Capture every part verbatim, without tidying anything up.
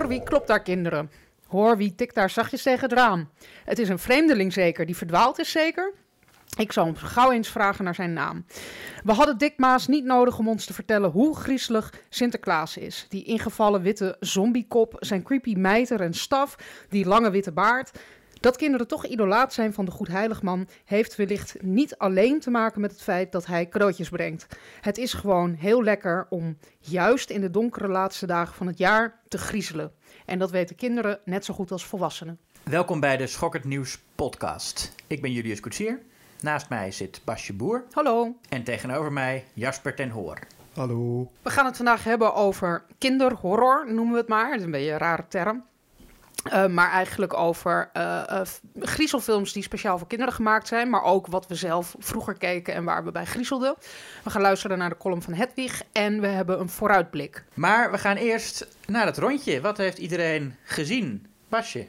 wie klopt daar, kinderen? Hoor, wie tikt daar zachtjes tegen het raam? Het is een vreemdeling zeker, die verdwaald is zeker? Ik zal hem gauw eens vragen naar zijn naam. We hadden Dick Maas niet nodig om ons te vertellen hoe griezelig Sinterklaas is. Die ingevallen witte zombiekop, zijn creepy mijter en staf, die lange witte baard. Dat kinderen toch idolaat zijn van de Goedheiligman heeft wellicht niet alleen te maken met het feit dat hij cadeautjes brengt. Het is gewoon heel lekker om juist in de donkere laatste dagen van het jaar te griezelen. En dat weten kinderen net zo goed als volwassenen. Welkom bij de Schokkend Nieuws podcast. Ik ben Julius Koetsier. Naast mij zit Basje Boer. Hallo. En tegenover mij Jasper ten Hoor. Hallo. We gaan het vandaag hebben over kinderhorror, noemen we het maar. Dat is een beetje een rare term. Uh, maar eigenlijk over uh, uh, griezelfilms die speciaal voor kinderen gemaakt zijn. Maar ook wat we zelf vroeger keken en waar we bij griezelden. We gaan luisteren naar de column van Hedwig en we hebben een vooruitblik. Maar we gaan eerst naar het rondje. Wat heeft iedereen gezien? Basje?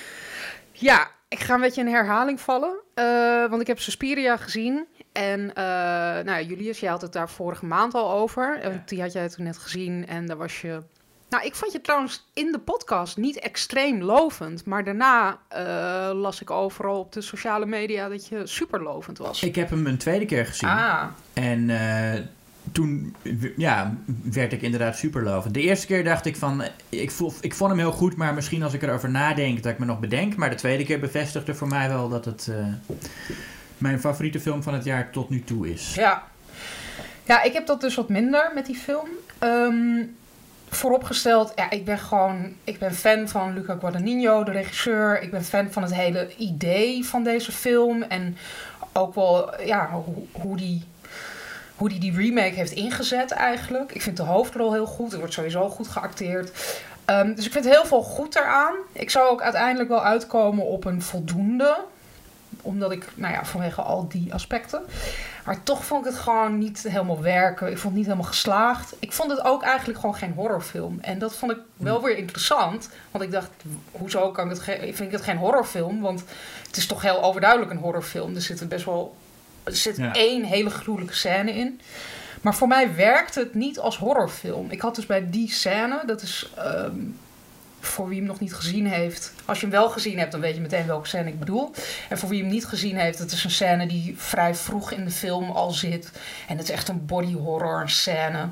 Ja, ik ga een beetje in herhaling vallen. Uh, want ik heb Suspiria gezien. En uh, nou, Julius, jij had het daar vorige maand al over. Ja. Die had jij toen net gezien en daar was je... Nou, ik vond je trouwens in de podcast niet extreem lovend. Maar daarna uh, las ik overal op de sociale media dat je super lovend was. Ik heb hem een tweede keer gezien. Ah. En uh, toen ja, werd ik inderdaad super lovend. De eerste keer dacht ik van, ik, voel, ik vond hem heel goed, maar misschien als ik erover nadenk dat ik me nog bedenk. Maar de tweede keer bevestigde voor mij wel dat het uh, mijn favoriete film van het jaar tot nu toe is. Ja, ja, ik heb dat dus wat minder met die film. Um, Vooropgesteld, ja, ik ben gewoon, ik ben fan van Luca Guadagnino, de regisseur. Ik ben fan van het hele idee van deze film. En ook wel, ja, hoe, hoe die, hoe die die remake heeft ingezet eigenlijk. Ik vind de hoofdrol heel goed, er wordt sowieso goed geacteerd. Um, dus ik vind heel veel goed eraan. Ik zou ook uiteindelijk wel uitkomen op een voldoende. Omdat ik, nou ja, vanwege al die aspecten. Maar toch vond ik het gewoon niet helemaal werken. Ik vond het niet helemaal geslaagd. Ik vond het ook eigenlijk gewoon geen horrorfilm. En dat vond ik wel weer interessant. Want ik dacht, hoezo kan ik het ge- vind ik het geen horrorfilm? Want het is toch heel overduidelijk een horrorfilm. Er zit best wel er zit ja. één hele gruwelijke scène in. Maar voor mij werkte het niet als horrorfilm. Ik had dus bij die scène, dat is... Um, voor wie hem nog niet gezien heeft. Als je hem wel gezien hebt, dan weet je meteen welke scène ik bedoel. En voor wie hem niet gezien heeft, het is een scène die vrij vroeg in de film al zit. En het is echt een body horror scène.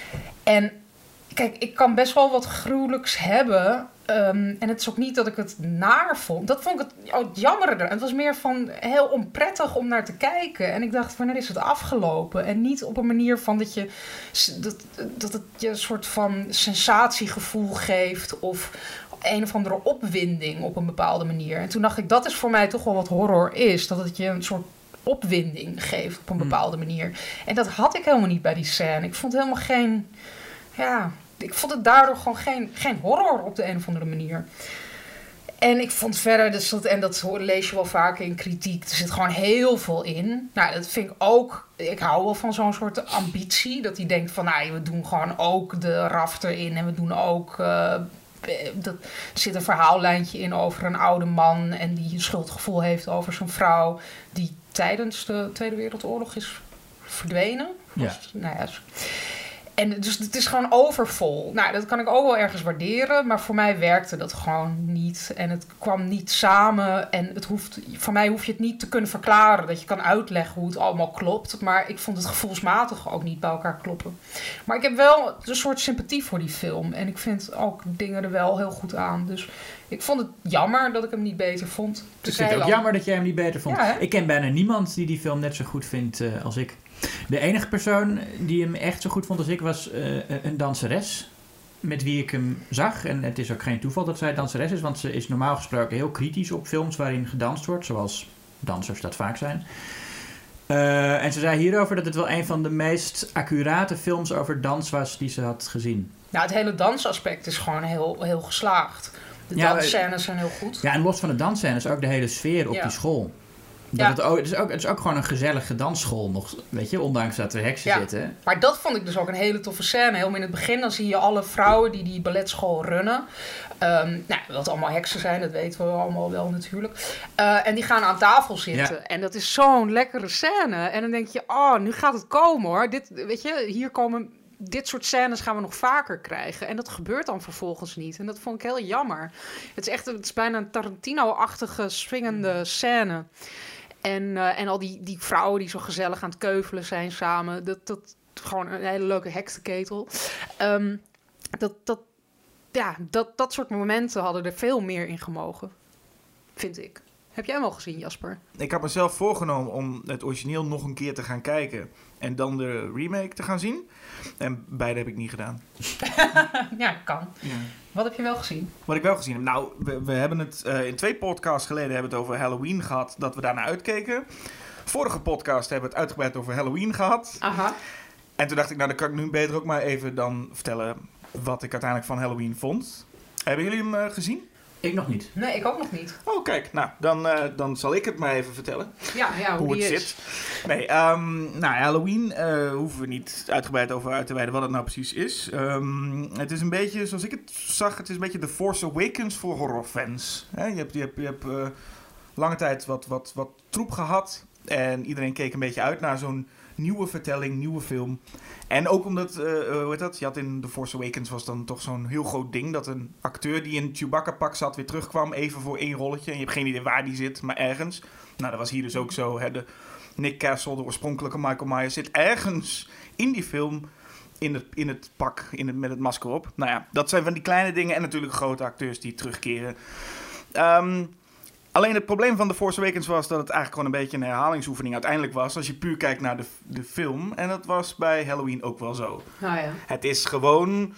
En kijk, ik kan best wel wat gruwelijks hebben. Um, en het is ook niet dat ik het naar vond. Dat vond ik het, oh, het jammerder. Het was meer van heel onprettig om naar te kijken. En ik dacht, wanneer is het afgelopen? En niet op een manier van dat je dat, dat het je een soort van sensatiegevoel geeft of een of andere opwinding op een bepaalde manier. En toen dacht ik, dat is voor mij toch wel wat horror is. Dat het je een soort opwinding geeft op een bepaalde manier. En dat had ik helemaal niet bij die scène. Ik vond helemaal geen... Ja... Ik vond het daardoor gewoon geen, geen horror op de een of andere manier. En ik vond verder, dus dat, en dat lees je wel vaker in kritiek, er zit gewoon heel veel in. Nou, dat vind ik ook, ik hou wel van zo'n soort ambitie. Dat hij denkt van, nou, we doen gewoon ook de rafter in en we doen ook... Uh, dat, er zit een verhaallijntje in over een oude man en die een schuldgevoel heeft over zijn vrouw die tijdens de Tweede Wereldoorlog is verdwenen. Ja. Nou ja, en dus het is gewoon overvol. Nou, dat kan ik ook wel ergens waarderen. Maar voor mij werkte dat gewoon niet. En het kwam niet samen. En het hoeft, voor mij hoef je het niet te kunnen verklaren. Dat je kan uitleggen hoe het allemaal klopt. Maar ik vond het gevoelsmatig ook niet bij elkaar kloppen. Maar ik heb wel een soort sympathie voor die film. En ik vind ook dingen er wel heel goed aan. Dus ik vond het jammer dat ik hem niet beter vond. Het is ook jammer dat jij hem niet beter vond. Ja, ik ken bijna niemand die die film net zo goed vindt uh, als ik. De enige persoon die hem echt zo goed vond als ik was uh, een danseres met wie ik hem zag. En het is ook geen toeval dat zij danseres is, want ze is normaal gesproken heel kritisch op films waarin gedanst wordt, zoals dansers dat vaak zijn. Uh, en ze zei hierover dat het wel een van de meest accurate films over dans was die ze had gezien. Nou, het hele dansaspect is gewoon heel, heel geslaagd. De ja, dansscènes zijn heel goed. Ja, en los van de dansscènes ook de hele sfeer op ja. die school. Dat ja. het, ook, het, is ook, het is ook gewoon een gezellige dansschool nog, weet je, ondanks dat er heksen ja. zitten. Maar dat vond ik dus ook een hele toffe scène. Helemaal in het begin, dan zie je alle vrouwen die die balletschool runnen. Um, nou, dat allemaal heksen zijn, dat weten we allemaal wel natuurlijk. Uh, en die gaan aan tafel zitten. Ja. En dat is zo'n lekkere scène. En dan denk je, oh, nu gaat het komen hoor. Dit, weet je, hier komen dit soort scènes gaan we nog vaker krijgen. En dat gebeurt dan vervolgens niet. En dat vond ik heel jammer. Het is echt het is bijna een Tarantino-achtige swingende scène. En, uh, en al die, die vrouwen die zo gezellig aan het keuvelen zijn samen. Dat, dat gewoon een hele leuke heksenketel. Um, dat, dat, ja, dat, dat soort momenten hadden er veel meer in gemogen. Vind ik. Heb jij hem al gezien, Jasper? Ik had mezelf voorgenomen om het origineel nog een keer te gaan kijken. En dan de remake te gaan zien. En beide heb ik niet gedaan. Ja, kan. Ja. Wat heb je wel gezien? Wat ik wel gezien heb. Nou, we, we hebben het uh, in twee podcasts geleden hebben we het over Halloween gehad. Dat we daarna uitkeken. Vorige podcast hebben we het uitgebreid over Halloween gehad. Aha. En toen dacht ik, nou dan kan ik nu beter ook maar even dan vertellen wat ik uiteindelijk van Halloween vond. Hebben jullie hem uh, gezien? Ik nog niet. Nee, ik ook nog niet. Oh, kijk. Nou, dan, uh, dan zal ik het maar even vertellen. Ja, ja hoe, hoe die het is. zit. Nee, um, nou, Halloween uh, hoeven we niet uitgebreid over uit te wijden wat het nou precies is. Um, het is een beetje, zoals ik het zag, het is een beetje The Force Awakens voor horrorfans. He, je hebt, je hebt, je hebt uh, lange tijd wat, wat, wat troep gehad. En iedereen keek een beetje uit naar zo'n nieuwe vertelling, nieuwe film. En ook omdat, uh, hoe heet dat? Je had in The Force Awakens was dan toch zo'n heel groot ding. Dat een acteur die in een Chewbacca-pak zat weer terugkwam. Even voor één rolletje. En je hebt geen idee waar die zit, maar ergens. Nou, dat was hier dus ook zo. Hè? De Nick Castle, de oorspronkelijke Michael Myers, zit ergens in die film in het, in het pak, in het, met het masker op. Nou ja, dat zijn van die kleine dingen. En natuurlijk grote acteurs die terugkeren. Um, Alleen het probleem van The Force Awakens was dat het eigenlijk gewoon een beetje een herhalingsoefening uiteindelijk was. Als je puur kijkt naar de, de film. En dat was bij Halloween ook wel zo. Ah, ja. Het is gewoon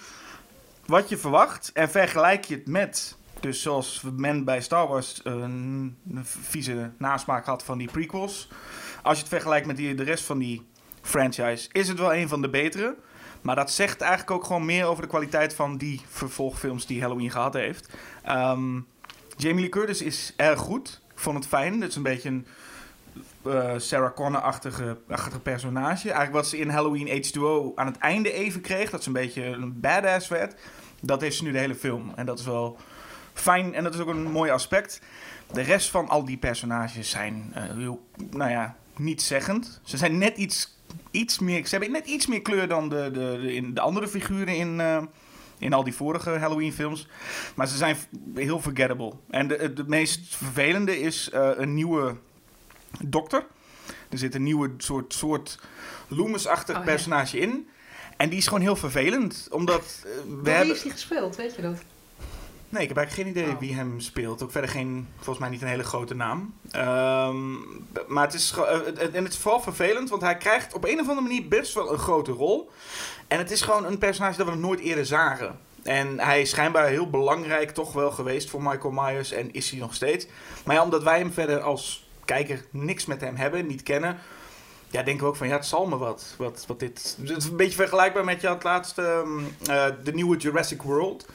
wat je verwacht. En vergelijk je het met. Dus zoals men bij Star Wars een, een vieze nasmaak had van die prequels. Als je het vergelijkt met die, de rest van die franchise. Is het wel een van de betere. Maar dat zegt eigenlijk ook gewoon meer over de kwaliteit van die vervolgfilms die Halloween gehad heeft. Um, Jamie Lee Curtis is erg goed. Ik vond het fijn. Het is een beetje een uh, Sarah Connor-achtige achtige personage. Eigenlijk wat ze in Halloween H twee O aan het einde even kreeg. Dat ze een beetje een badass werd. Dat heeft ze nu de hele film. En dat is wel fijn. En dat is ook een mooi aspect. De rest van al die personages zijn uh, heel, nou ja, nietszeggend. Ze zijn net iets, iets meer... Ze hebben net iets meer kleur dan de, de, de, in de andere figuren in... Uh, In al die vorige Halloween-films. Maar ze zijn heel forgettable. En de, de meest vervelende is uh, een nieuwe dokter. Er zit een nieuwe soort, soort Loomis-achtig oh, personage ja. in. En die is gewoon heel vervelend. Omdat uh, we Wie hebben... is die gespeeld? Weet je dat? Nee, ik heb eigenlijk geen idee oh. wie hem speelt. Ook verder geen, volgens mij niet een hele grote naam. Um, maar het is, uh, en het is vooral vervelend, want hij krijgt op een of andere manier best wel een grote rol. En het is gewoon een personage dat we nog nooit eerder zagen. En hij is schijnbaar heel belangrijk toch wel geweest voor Michael Myers en is hij nog steeds. Maar ja, omdat wij hem verder als kijker niks met hem hebben, niet kennen... Ja, denken we ook van, ja, het zal me wat. wat, wat dit. Het is een beetje vergelijkbaar met, ja, het laatste, um, uh, de nieuwe Jurassic World...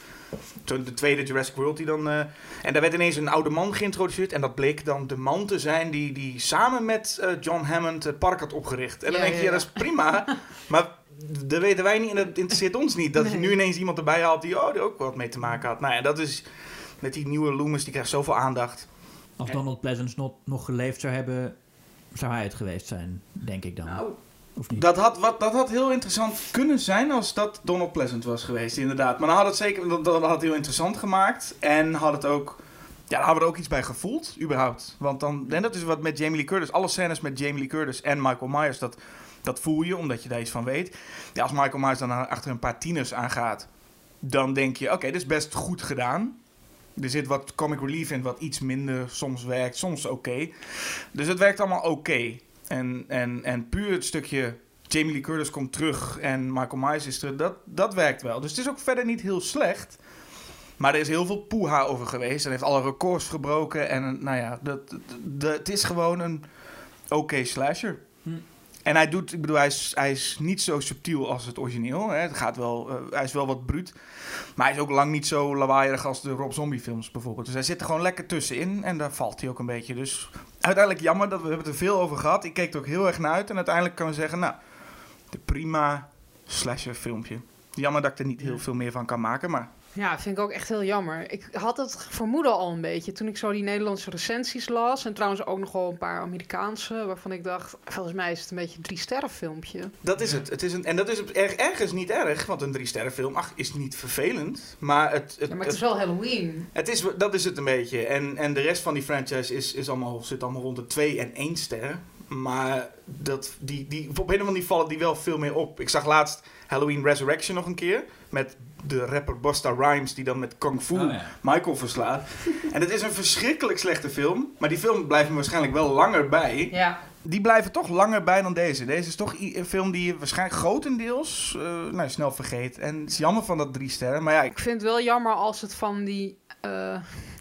De tweede Jurassic World die dan... Uh, en daar werd ineens een oude man geïntroduceerd. En dat bleek dan de man te zijn die, die samen met uh, John Hammond het park had opgericht. En dan ja, denk je, ja, ja, dat is prima. Maar dat weten wij niet en dat interesseert ons niet. Dat nee. je nu ineens iemand erbij haalt die, oh, er ook wat mee te maken had. Nou ja, dat is... Met die nieuwe Loomis, die krijgt zoveel aandacht. Als Donald Pleasence nog, nog geleefd zou hebben, zou hij het geweest zijn, denk ik dan. Nou... Of niet? Dat had, wat, dat had heel interessant kunnen zijn als dat Donald Pleasence was geweest, inderdaad. Maar dan had het zeker, dat, dat had het heel interessant gemaakt. En had het ook, ja, daar hadden we er ook iets bij gevoeld, überhaupt. Want dan, en dat is wat met Jamie Lee Curtis, alle scènes met Jamie Lee Curtis en Michael Myers, dat, dat voel je, omdat je daar iets van weet. Ja, als Michael Myers dan achter een paar tieners aangaat, dan denk je, oké, okay, dit is best goed gedaan. Er zit wat comic relief in, wat iets minder soms werkt, soms oké. Okay. Dus het werkt allemaal oké. Okay. En, en, en puur het stukje Jamie Lee Curtis komt terug en Michael Myers is terug, dat, dat werkt wel. Dus het is ook verder niet heel slecht. Maar er is heel veel poeha over geweest. Hij heeft alle records gebroken. En nou ja, dat, dat, dat, het is gewoon een oké okay slasher. Hm. En hij doet, ik bedoel, hij is, hij is niet zo subtiel als het origineel. Hè. Het gaat wel, uh, hij is wel wat bruut. Maar hij is ook lang niet zo lawaaierig als de Rob Zombie films bijvoorbeeld. Dus hij zit er gewoon lekker tussenin. En daar valt hij ook een beetje. Dus uiteindelijk jammer, dat we hebben het er veel over gehad. Ik keek er ook heel erg naar uit. En uiteindelijk kan we zeggen, nou, de prima slasher filmpje. Jammer dat ik er niet heel veel meer van kan maken, maar... Ja, vind ik ook echt heel jammer. Ik had het vermoeden al een beetje toen ik zo die Nederlandse recensies las. En trouwens ook nog wel een paar Amerikaanse, waarvan ik dacht, volgens mij is het een beetje een drie sterren filmpje. Dat is het. het is een, en dat is er, ergens niet erg, want een drie sterren film, ach, is niet vervelend. Maar het, het, Ja, maar het is wel Halloween. Het is, dat is het een beetje. En, en de rest van die franchise is, is allemaal, zit allemaal rond de twee en één ster. Maar dat, die, die, op een of andere manier vallen die wel veel meer op. Ik zag laatst Halloween Resurrection nog een keer. Met de rapper Busta Rhymes die dan met Kung Fu oh, ja. Michael verslaat. En het is een verschrikkelijk slechte film. Maar die film blijft me waarschijnlijk wel langer bij. Ja. Die blijven toch langer bij dan deze. Deze is toch een film die je waarschijnlijk grotendeels uh, nou, snel vergeet. En het is jammer van dat drie sterren. Maar ja, ik... ik vind het wel jammer als het van die... Uh,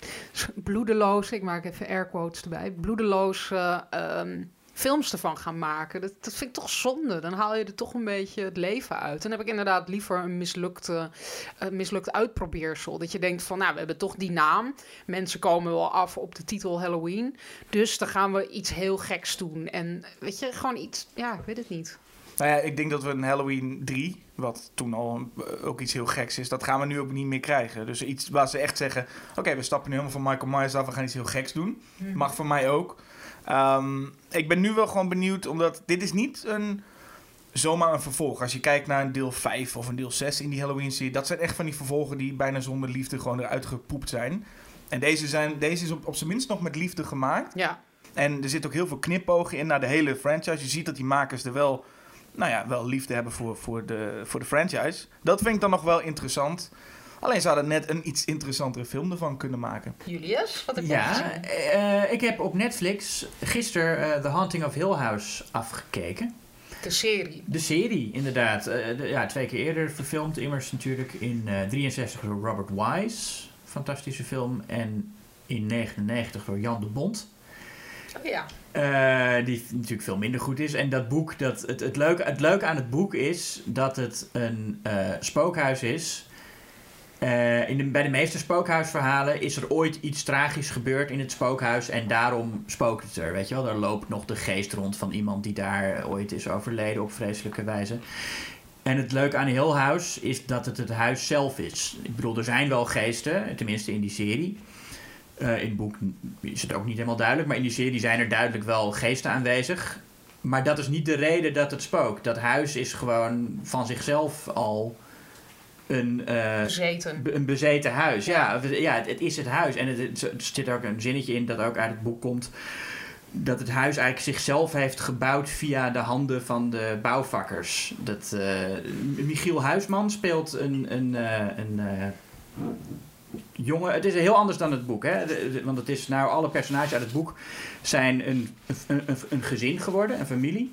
bloedeloos, ik maak even air quotes erbij, bloedeloos uh, um, films ervan gaan maken. Dat, dat vind ik toch zonde. Dan haal je er toch een beetje het leven uit. Dan heb ik inderdaad liever een mislukte, uh, mislukt uitprobeersel. Dat je denkt van, nou, we hebben toch die naam. Mensen komen wel af op de titel Halloween. Dus dan gaan we iets heel geks doen. En weet je, gewoon iets, ja, ik weet het niet. Nou ja, ik denk dat we een Halloween drie, wat toen al uh, ook iets heel geks is, dat gaan we nu ook niet meer krijgen. Dus iets waar ze echt zeggen, oké, okay, we stappen nu helemaal van Michael Myers af, we gaan iets heel geks doen. Hmm. Mag voor mij ook. Um, ik ben nu wel gewoon benieuwd, omdat dit is niet een, zomaar een vervolg. Als je kijkt naar een deel vijf of een deel zes in die Halloween-serie, dat zijn echt van die vervolgen die bijna zonder liefde gewoon eruit gepoept zijn. En deze, zijn, deze is op, op zijn minst nog met liefde gemaakt. Ja. En er zit ook heel veel knipogen in naar de hele franchise. Je ziet dat die makers er wel... nou ja, wel liefde hebben voor, voor, de, voor de franchise. Dat vind ik dan nog wel interessant. Alleen ze hadden net een iets interessantere film ervan kunnen maken. Julius, wat heb je ja, gezien? Uh, ik heb op Netflix gisteren uh, The Haunting of Hill House afgekeken. De serie. De serie, inderdaad. Uh, de, ja, twee keer eerder verfilmd. Immers natuurlijk in uh, drieënzestig door Robert Wise. Fantastische film. En in negenennegentig door Jan de Bont. Oh ja. Uh, die natuurlijk veel minder goed is. En dat boek, dat, het, het, leuke, het leuke aan het boek is dat het een uh, spookhuis is. Uh, in de, bij de meeste spookhuisverhalen is er ooit iets tragisch gebeurd in het spookhuis. En daarom spookt het er, weet je wel. Daar loopt nog de geest rond van iemand die daar ooit is overleden op vreselijke wijze. En het leuke aan Hill House is dat het het huis zelf is. Ik bedoel, er zijn wel geesten, tenminste in die serie. Uh, in het boek is het ook niet helemaal duidelijk, maar in die serie zijn er duidelijk wel geesten aanwezig. Maar dat is niet de reden dat het spookt. Dat huis is gewoon van zichzelf al een, uh, bezeten. Be- een bezeten huis. Ja, ja, ja het, het is het huis. En het, het, er zit ook een zinnetje in dat ook uit het boek komt. Dat het huis eigenlijk zichzelf heeft gebouwd via de handen van de bouwvakkers. Dat, uh, Michiel Huisman speelt een... een, uh, een uh, jongen, het is heel anders dan het boek, hè? De, de, want het is, nou, alle personages uit het boek zijn een, een, een, een gezin geworden, een familie.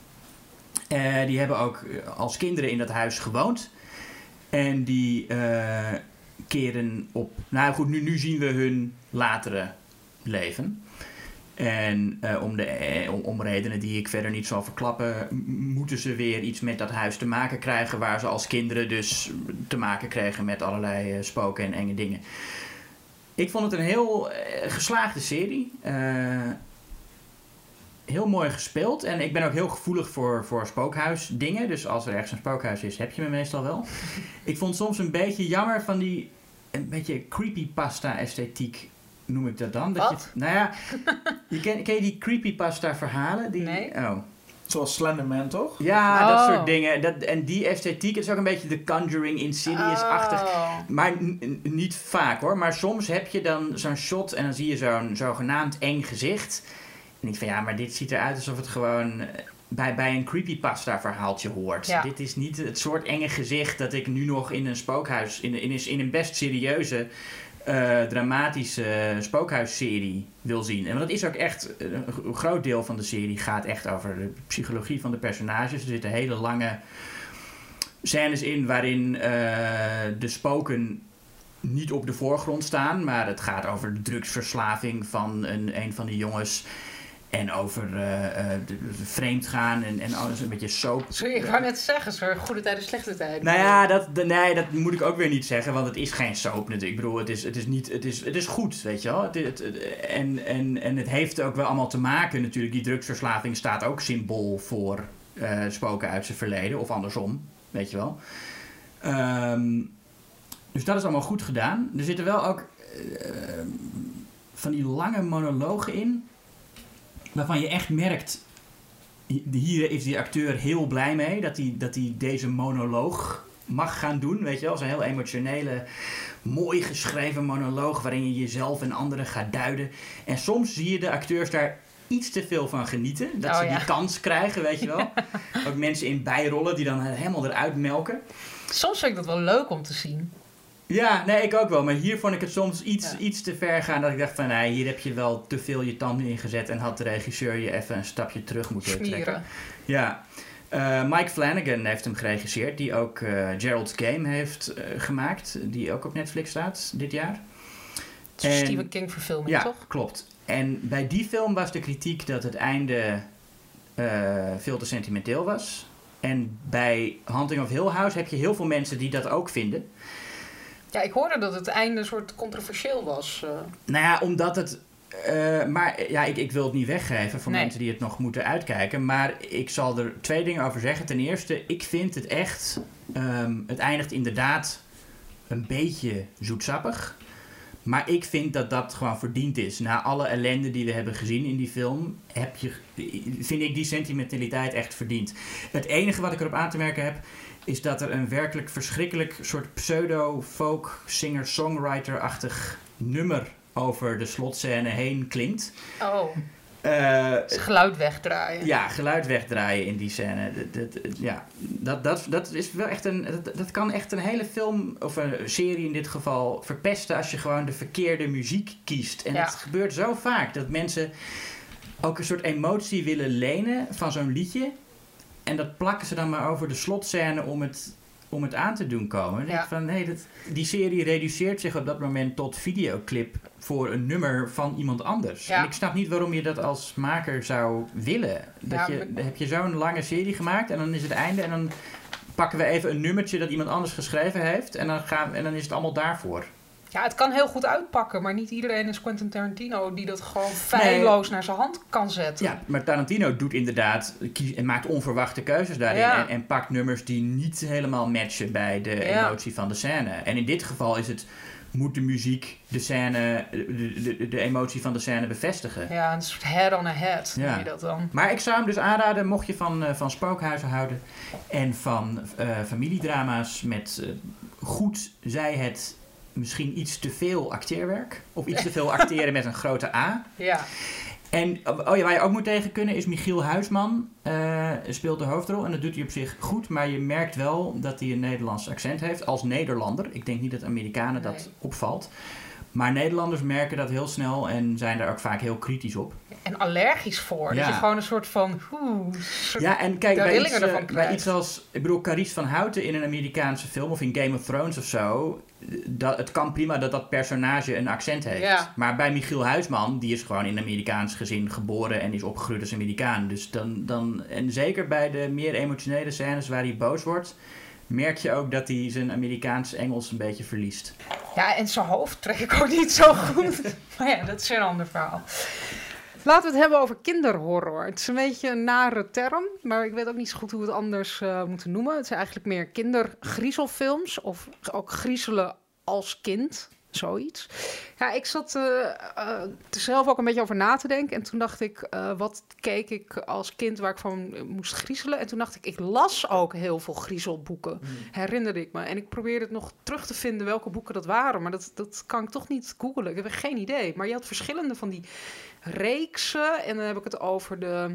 Uh, die hebben ook als kinderen in dat huis gewoond. En die uh, keren op... Nou goed, nu, nu zien we hun latere leven. En uh, om, de, eh, om, om redenen die ik verder niet zal verklappen, m- moeten ze weer iets met dat huis te maken krijgen, waar ze als kinderen dus te maken kregen met allerlei uh, spoken en enge dingen. Ik vond het een heel uh, geslaagde serie. Uh, heel mooi gespeeld. En ik ben ook heel gevoelig voor, voor spookhuisdingen. Dus als er ergens een spookhuis is, heb je me meestal wel. Ik vond soms een beetje jammer van die een beetje creepypasta-esthetiek. Noem ik dat dan? Dat Wat? Je, nou ja, je ken, ken je die creepypasta verhalen? Die, nee. Oh. Zoals Slenderman, toch? Ja, oh. dat soort dingen. Dat, en die esthetiek, het is ook een beetje de Conjuring Insidious-achtig. Oh. Maar n- n- niet vaak hoor. Maar soms heb je dan zo'n shot en dan zie je zo'n zogenaamd eng gezicht. En ik van ja, maar dit ziet eruit alsof het gewoon bij, bij een creepypasta verhaaltje hoort. Ja. Dit is niet het soort enge gezicht dat ik nu nog in een spookhuis, in, in, in een best serieuze... Uh, dramatische spookhuisserie wil zien. En dat is ook echt... Een, een groot deel van de serie gaat echt over de psychologie van de personages. Er zitten hele lange scènes in waarin uh, de spoken niet op de voorgrond staan. Maar het gaat over de drugsverslaving van een, een van de jongens. En over uh, uh, de, de vreemd gaan en, en alles een beetje soap. Sorry, ik wou net zeggen, sorry, goede tijden, slechte tijden. Nou ja, dat, de, nee, dat moet ik ook weer niet zeggen, want het is geen soap natuurlijk. Ik bedoel, het is, het is, niet, het is, het is goed, weet je wel. Het, het, het, en, en, en het heeft ook wel allemaal te maken natuurlijk. Die drugsverslaving staat ook symbool voor uh, spoken uit zijn verleden, of andersom, weet je wel. Um, Dus dat is allemaal goed gedaan. Er zitten wel ook uh, van die lange monologen in, waarvan je echt merkt, hier is die acteur heel blij mee dat hij, dat hij deze monoloog mag gaan doen, weet je wel. Zo'n heel emotionele, mooi geschreven monoloog waarin je jezelf en anderen gaat duiden. En soms zie je de acteurs daar iets te veel van genieten. Dat oh, ze ja. die kans krijgen, weet je wel. Ja. Ook mensen in bijrollen die dan helemaal eruit melken. Soms vind ik dat wel leuk om te zien. Ja, nee, ik ook wel. Maar hier vond ik het soms iets, ja. iets te ver gaan. Dat ik dacht van, nee, hier heb je wel te veel je tanden ingezet. En had de regisseur je even een stapje terug moeten Smieren. trekken. Ja. Uh, Mike Flanagan heeft hem geregisseerd. Die ook uh, Gerald's Game heeft uh, gemaakt. Die ook op Netflix staat dit jaar. Het is een Stephen King verfilming, ja, toch? Ja, klopt. En bij die film was de kritiek dat het einde uh, veel te sentimenteel was. En bij Haunting of Hill House heb je heel veel mensen die dat ook vinden. Ja, ik hoorde dat het einde een soort controversieel was. Uh. Nou ja, omdat het... Uh, maar ja, ik, ik wil het niet weggeven voor nee. mensen die het nog moeten uitkijken. Maar ik zal er twee dingen over zeggen. Ten eerste, ik vind het echt... Um, het eindigt inderdaad een beetje zoetsappig. Maar ik vind dat dat gewoon verdiend is. Na alle ellende die we hebben gezien in die film, heb je, vind ik die sentimentaliteit echt verdiend. Het enige wat ik erop aan te merken heb, is dat er een werkelijk verschrikkelijk soort pseudo-folk singer-songwriter-achtig nummer over de slotscène heen klinkt. Oh. Uh, dus geluid wegdraaien. Ja, geluid wegdraaien in die scène. Dat, dat, ja, dat, dat, dat is wel echt een. Dat, dat kan echt een hele film, of een serie in dit geval, verpesten als je gewoon de verkeerde muziek kiest. En ja. Het gebeurt zo vaak dat mensen ook een soort emotie willen lenen van zo'n liedje. En dat plakken ze dan maar over de slotscène om het, om het aan te doen komen. Ja. Van, nee, dat, die serie reduceert zich op dat moment tot videoclip voor een nummer van iemand anders. Ja. En ik snap niet waarom je dat als maker zou willen. Dat ja, je, maar... Heb je zo'n lange serie gemaakt en dan is het einde en dan pakken we even een nummertje dat iemand anders geschreven heeft en dan, gaan, en dan is het allemaal daarvoor. Ja, het kan heel goed uitpakken, maar niet iedereen is Quentin Tarantino die dat gewoon feilloos nee. naar zijn hand kan zetten. Ja, maar Tarantino doet inderdaad kies, en maakt onverwachte keuzes daarin ja. en, en pakt nummers die niet helemaal matchen bij de ja. emotie van de scène. En in dit geval is het, moet de muziek de scène, de, de, de emotie van de scène bevestigen. Ja, een soort head on a head ja. noem je dat dan. Maar ik zou hem dus aanraden, mocht je van, uh, van spookhuizen houden en van uh, familiedrama's met uh, goed, zij het misschien iets te veel acteerwerk. Of iets te veel acteren met een grote A. Ja. En oh ja, waar je ook moet tegen kunnen is Michiel Huisman uh, speelt de hoofdrol. En dat doet hij op zich goed. Maar je merkt wel dat hij een Nederlands accent heeft. Als Nederlander. Ik denk niet dat Amerikanen nee. dat opvalt. Maar Nederlanders merken dat heel snel en zijn daar ook vaak heel kritisch op. En allergisch voor. Ja. Dat je gewoon een soort van... Oeh, soort ja, en kijk, bij iets, uh, bij iets als... Ik bedoel, Carice van Houten in een Amerikaanse film of in Game of Thrones of zo... Dat, het kan prima dat dat personage een accent heeft. Ja. Maar bij Michiel Huisman, die is gewoon in een Amerikaans gezin geboren en is opgegroeid als Amerikaan. Dus dan, dan, en zeker bij de meer emotionele scènes waar hij boos wordt... merk je ook dat hij zijn Amerikaans-Engels een beetje verliest. Ja, en zijn hoofd trek ik ook niet zo goed. Maar ja, dat is een ander verhaal. Laten we het hebben over kinderhorror. Het is een beetje een nare term, maar ik weet ook niet zo goed hoe we het anders uh, moeten noemen. Het zijn eigenlijk meer kindergriezelfilms of ook griezelen als kind. Zoiets. Ja, ik zat uh, uh, er zelf ook een beetje over na te denken. En toen dacht ik, uh, wat keek ik als kind waar ik van moest griezelen? En toen dacht ik, ik las ook heel veel griezelboeken. Mm. Herinnerde ik me. En ik probeerde het nog terug te vinden welke boeken dat waren. Maar dat, dat kan ik toch niet googlen. Ik heb geen idee. Maar je had verschillende van die reeksen. En dan heb ik het over de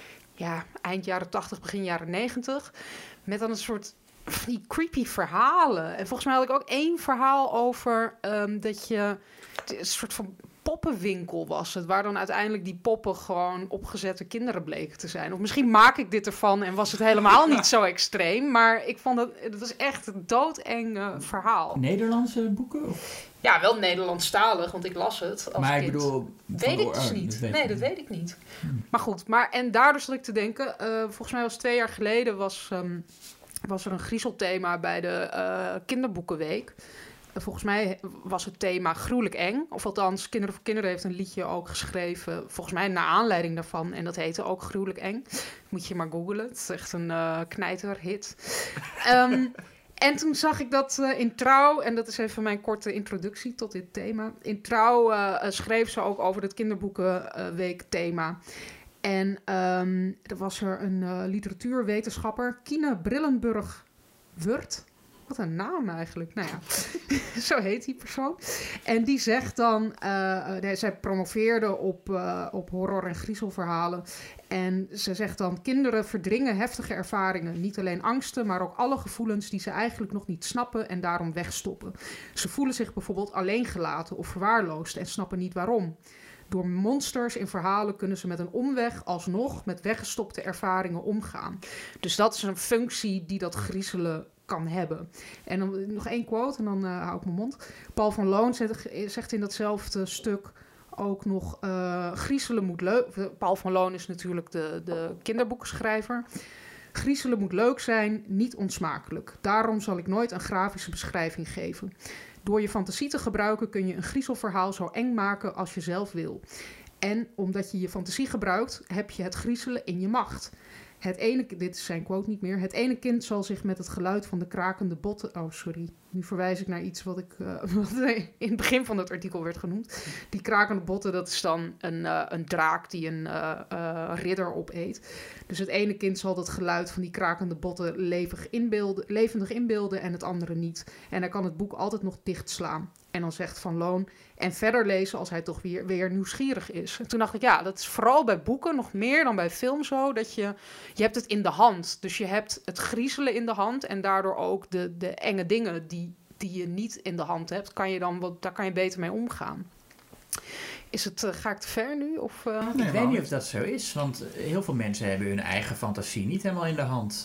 ja, eind jaren tachtig, begin jaren negentig. Met dan een soort... die creepy verhalen. En volgens mij had ik ook één verhaal over um, dat je... een soort van poppenwinkel was het, waar dan uiteindelijk die poppen gewoon opgezette kinderen bleken te zijn. Of misschien maak ik dit ervan en was het helemaal niet zo extreem. Maar ik vond dat... het was echt een doodeng uh, verhaal. Nederlandse boeken? Of? Ja, wel Nederlandstalig, want ik las het als maar kind. ik bedoel... Weet ik dus niet. Dat nee, dat weet ik niet. Hmm. Maar goed, maar en daardoor zat ik te denken... Uh, volgens mij was twee jaar geleden was... Um, was er een griezelthema bij de uh, kinderboekenweek. Uh, volgens mij was het thema gruwelijk eng. Of althans, Kinderen voor Kinderen heeft een liedje ook geschreven... volgens mij naar aanleiding daarvan. En dat heette ook gruwelijk eng. Moet je maar googlen. Het is echt een uh, knijterhit. um, En toen zag ik dat uh, in Trouw, en dat is even mijn korte introductie tot dit thema. In Trouw uh, schreef ze ook over het kinderboekenweek thema. En um, er was er een uh, literatuurwetenschapper, Kine Brillenburg-Wurt. Wat een naam eigenlijk. Nou ja, zo heet die persoon. En die zegt dan... Uh, nee, zij promoveerde op, uh, op horror- en griezelverhalen. En ze zegt dan... Kinderen verdringen heftige ervaringen. Niet alleen angsten, maar ook alle gevoelens die ze eigenlijk nog niet snappen en daarom wegstoppen. Ze voelen zich bijvoorbeeld alleen gelaten of verwaarloosd en snappen niet waarom. Door monsters in verhalen kunnen ze met een omweg alsnog met weggestopte ervaringen omgaan. Dus dat is een functie die dat griezelen kan hebben. En dan nog één quote en dan uh, hou ik mijn mond. Paul van Loon zegt, zegt in datzelfde stuk ook nog... Uh, griezelen moet leuk... Paul van Loon is natuurlijk de, de kinderboekenschrijver. Griezelen moet leuk zijn, niet onsmakelijk. Daarom zal ik nooit een grafische beschrijving geven. Door je fantasie te gebruiken kun je een griezelverhaal zo eng maken als je zelf wil. En omdat je je fantasie gebruikt, heb je het griezelen in je macht. Het ene, dit is zijn quote niet meer. Het ene kind zal zich met het geluid van de krakende botten... Oh, sorry. Nu verwijs ik naar iets wat ik uh, wat in het begin van het artikel werd genoemd. Die krakende botten, dat is dan een, uh, een draak die een uh, uh, ridder opeet. Dus het ene kind zal dat geluid van die krakende botten levendig inbeelden, levendig inbeelden en het andere niet. En hij kan het boek altijd nog dichtslaan. En dan zegt Van Loon... En verder lezen als hij toch weer, weer nieuwsgierig is. En toen dacht ik, ja, dat is vooral bij boeken nog meer dan bij film zo. Dat je, je hebt het in de hand. Dus je hebt het griezelen in de hand. En daardoor ook de, de enge dingen die, die je niet in de hand hebt. Kan je dan wat, daar kan je beter mee omgaan. Is het, uh, ga ik te ver nu? Of, uh... Ik weet niet of dat zo is. Want heel veel mensen hebben hun eigen fantasie niet helemaal in de hand.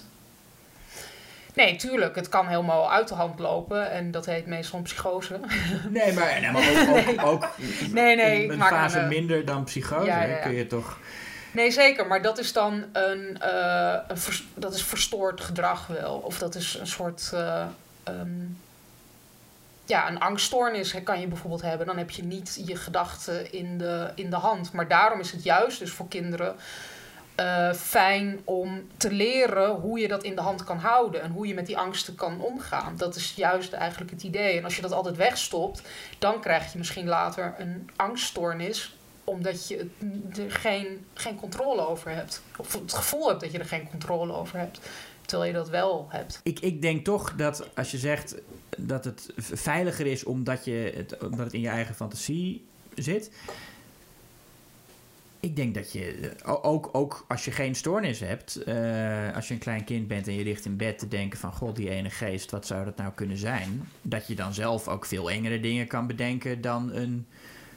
Nee, tuurlijk. Het kan helemaal uit de hand lopen. En dat heet meestal een psychose. Nee, maar, nee, maar ook, ook, ook nee, nee, een, een maar fase een, minder dan psychose. Ja, ja, ja. Kun je toch... Nee, zeker. Maar dat is dan een, uh, een vers, dat is verstoord gedrag wel. Of dat is een soort... Uh, um, ja, een angststoornis kan je bijvoorbeeld hebben. Dan heb je niet je gedachten in de, in de hand. Maar daarom is het juist dus voor kinderen... Uh, fijn om te leren hoe je dat in de hand kan houden en hoe je met die angsten kan omgaan. Dat is juist eigenlijk het idee. En als je dat altijd wegstopt, dan krijg je misschien later een angststoornis, omdat je er geen, geen controle over hebt. Of het gevoel hebt dat je er geen controle over hebt, terwijl je dat wel hebt. Ik, ik denk toch dat als je zegt dat het veiliger is omdat, je het, omdat het in je eigen fantasie zit... Ik denk dat je, ook, ook als je geen stoornis hebt, uh, als je een klein kind bent en je ligt in bed te denken van, god, die ene geest, wat zou dat nou kunnen zijn? Dat je dan zelf ook veel engere dingen kan bedenken dan een,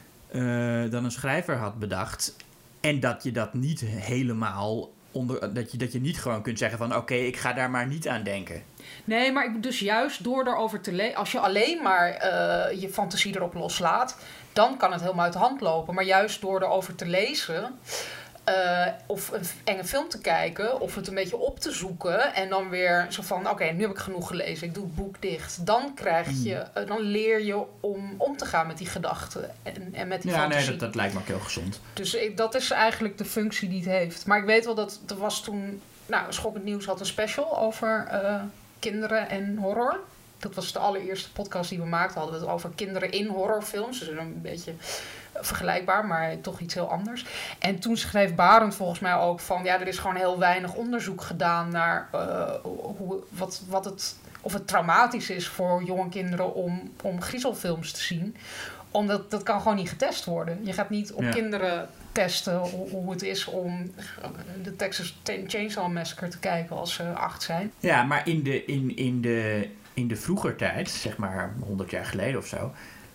uh, dan een schrijver had bedacht. En dat je dat niet helemaal, onder, dat je, dat je niet gewoon kunt zeggen van, oké, okay, ik ga daar maar niet aan denken. Nee, maar dus juist door erover te lezen, als je alleen maar uh, je fantasie erop loslaat, dan kan het helemaal uit de hand lopen. Maar juist door erover te lezen, uh, of een enge film te kijken, of het een beetje op te zoeken en dan weer zo van, oké, okay, nu heb ik genoeg gelezen, ik doe het boek dicht. Dan krijg je, uh, dan leer je om om te gaan met die gedachten en, en met die ja, fantasie. Ja, nee, dat, dat lijkt me ook heel gezond. Dus ik, dat is eigenlijk de functie die het heeft. Maar ik weet wel dat er was toen, nou, Schokkend Nieuws had een special over uh, kinderen en horror. Dat was de allereerste podcast die we maakten. Hadden we het over kinderen in horrorfilms. Dus een beetje vergelijkbaar, maar toch iets heel anders. En toen schreef Barend volgens mij ook van, ja, er is gewoon heel weinig onderzoek gedaan naar uh, hoe, wat, wat het, of het traumatisch is voor jonge kinderen om, om griezelfilms te zien. Omdat dat kan gewoon niet getest worden. Je gaat niet op ja. kinderen testen hoe, hoe het is om de Texas Chainsaw Massacre te kijken als ze acht zijn. Ja, maar in de, in, in de, in de vroeger tijd, zeg maar honderd jaar geleden of zo,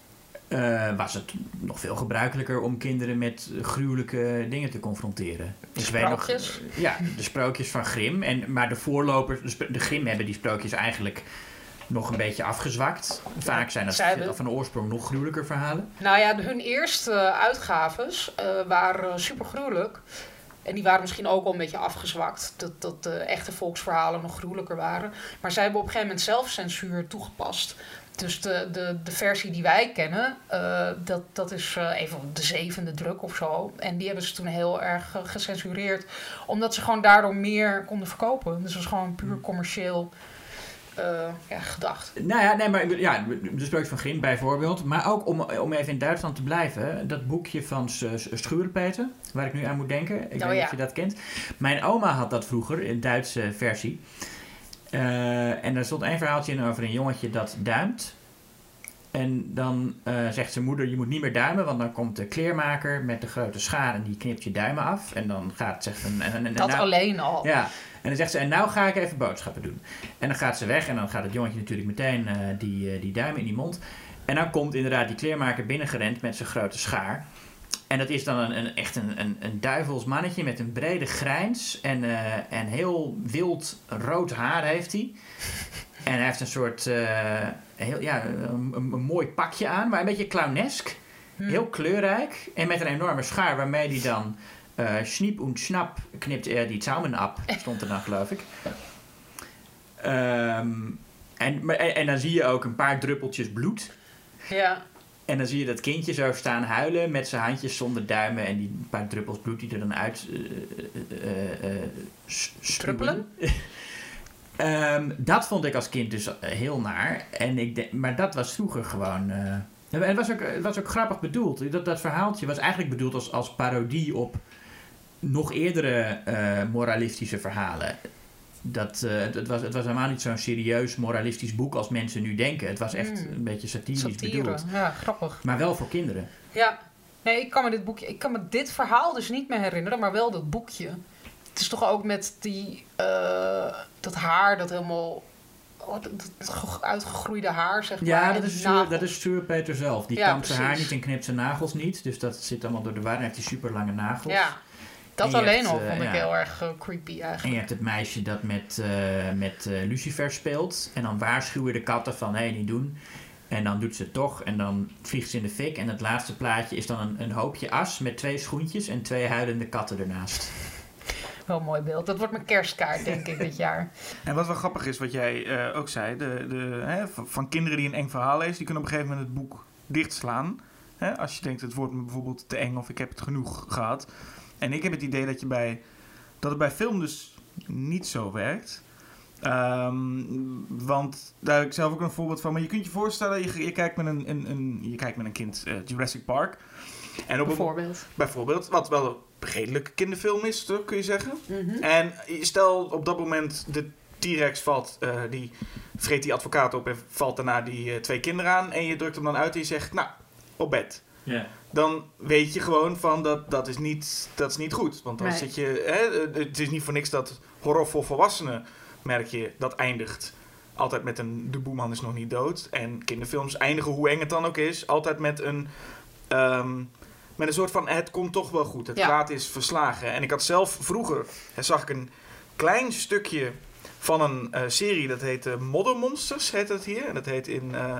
Uh, was het nog veel gebruikelijker om kinderen met gruwelijke dingen te confronteren. De sprookjes? Nog, ja, de sprookjes van Grimm. En, maar de voorlopers, de, sp- de Grimm hebben die sprookjes eigenlijk nog een beetje afgezwakt. Vaak zijn dat hebben... van de oorsprong nog gruwelijker verhalen. Nou ja, de, hun eerste uitgaves uh, waren super gruwelijk. En die waren misschien ook al een beetje afgezwakt. Dat, dat de echte volksverhalen nog gruwelijker waren. Maar zij hebben op een gegeven moment zelfcensuur toegepast. Dus de, de, de versie die wij kennen, uh, dat, dat is uh, even de zevende druk of zo. En die hebben ze toen heel erg uh, gecensureerd. Omdat ze gewoon daardoor meer konden verkopen. Dus het was gewoon puur commercieel uh, ja, gedacht. Nou ja, nee, maar ja, de Sprookjes van Grimm bijvoorbeeld. Maar ook om, om even in Duitsland te blijven. Dat boekje van Schuurpeter, waar ik nu aan moet denken. Ik oh, weet niet ja. of je dat kent. Mijn oma had dat vroeger, in Duitse versie. Uh, en er stond één verhaaltje in over een jongetje dat duimt. En dan uh, zegt zijn moeder, je moet niet meer duimen, want dan komt de kleermaker met de grote schaar en die knipt je duimen af. En dan gaat zegt een, en, en, en, dat nou, alleen al. Ja, en dan zegt ze, en nou ga ik even boodschappen doen. En dan gaat ze weg en dan gaat het jongetje natuurlijk meteen uh, die, uh, die duimen in die mond. En dan komt inderdaad die kleermaker binnengerend met zijn grote schaar. En dat is dan een, een, echt een, een, een duivels mannetje met een brede grijns en, uh, en heel wild rood haar heeft hij. En hij heeft een soort, uh, heel, ja, een, een, een mooi pakje aan, maar een beetje clownesk. Hmm. Heel kleurrijk. En met een enorme schaar waarmee hij dan uh, schniep en snap knipt er die Zaumen ab. Stond er dan, geloof ik. Um, en, en, en dan zie je ook een paar druppeltjes bloed. Ja. En dan zie je dat kindje zo staan huilen met zijn handjes zonder duimen en die paar druppels bloed die er dan uit uh, uh, uh, struppelen. um, dat vond ik als kind dus heel naar. En ik de, maar dat was vroeger gewoon... Uh, en het was ook, het was ook grappig bedoeld. Dat, dat verhaaltje was eigenlijk bedoeld als, als parodie op nog eerdere uh, moralistische verhalen. Dat, uh, het, was, het was helemaal niet zo'n serieus moralistisch boek als mensen nu denken. Het was echt mm. een beetje satirisch Satire. bedoeld. Ja, grappig. Maar wel voor kinderen. Ja. Nee, ik kan me dit boekje, ik kan me dit verhaal dus niet meer herinneren, maar wel dat boekje. Het is toch ook met die, uh, dat haar, dat helemaal, oh, dat, dat uitgegroeide haar, zeg maar. Ja, dat is, Stuur, dat is Schuurpeter zelf. Die ja, kampt zijn haar niet en knipt zijn nagels niet. Dus dat zit allemaal door de war. En heeft hij super lange nagels. Ja. Dat alleen hebt, al uh, vond ik ja. heel erg uh, creepy eigenlijk. En je hebt het meisje dat met, uh, met uh, Lucifer speelt. En dan waarschuwen de katten van, hé, hey, niet doen. En dan doet ze het toch. En dan vliegt ze in de fik. En het laatste plaatje is dan een, een hoopje as met twee schoentjes en twee huilende katten ernaast. Wel een mooi beeld. Dat wordt mijn kerstkaart, denk ik, dit jaar. En wat wel grappig is, wat jij uh, ook zei. De, de, hè, van, van kinderen die een eng verhaal lezen, die kunnen op een gegeven moment het boek dichtslaan. Hè, als je denkt, het wordt me bijvoorbeeld te eng of ik heb het genoeg gehad. En ik heb het idee dat, je bij, dat het bij film dus niet zo werkt. Um, want daar heb ik zelf ook een voorbeeld van. Maar je kunt je voorstellen, je, je, kijkt, met een, een, een, je kijkt met een kind uh, Jurassic Park. En op bijvoorbeeld. Een, bijvoorbeeld, wat wel een redelijke kinderfilm is, toch, kun je zeggen. Mm-hmm. En stel op dat moment de T-Rex valt, uh, die vreet die advocaat op en valt daarna die uh, twee kinderen aan. En je drukt hem dan uit en je zegt, nou, op bed. Yeah. Dan weet je gewoon van dat, dat, is, niet, dat is niet goed. Want dan nee. zit je... Hè, het is niet voor niks dat horror voor volwassenen, merk je, dat eindigt altijd met een... De boeman is nog niet dood. En kinderfilms eindigen, hoe eng het dan ook is, altijd met een... Um, met een soort van, het komt toch wel goed. Het ja. kwaad is verslagen. En ik had zelf vroeger, hè, zag ik een klein stukje van een uh, serie, dat heet uh, Modder Monsters, heet het hier. En dat heet in... Uh,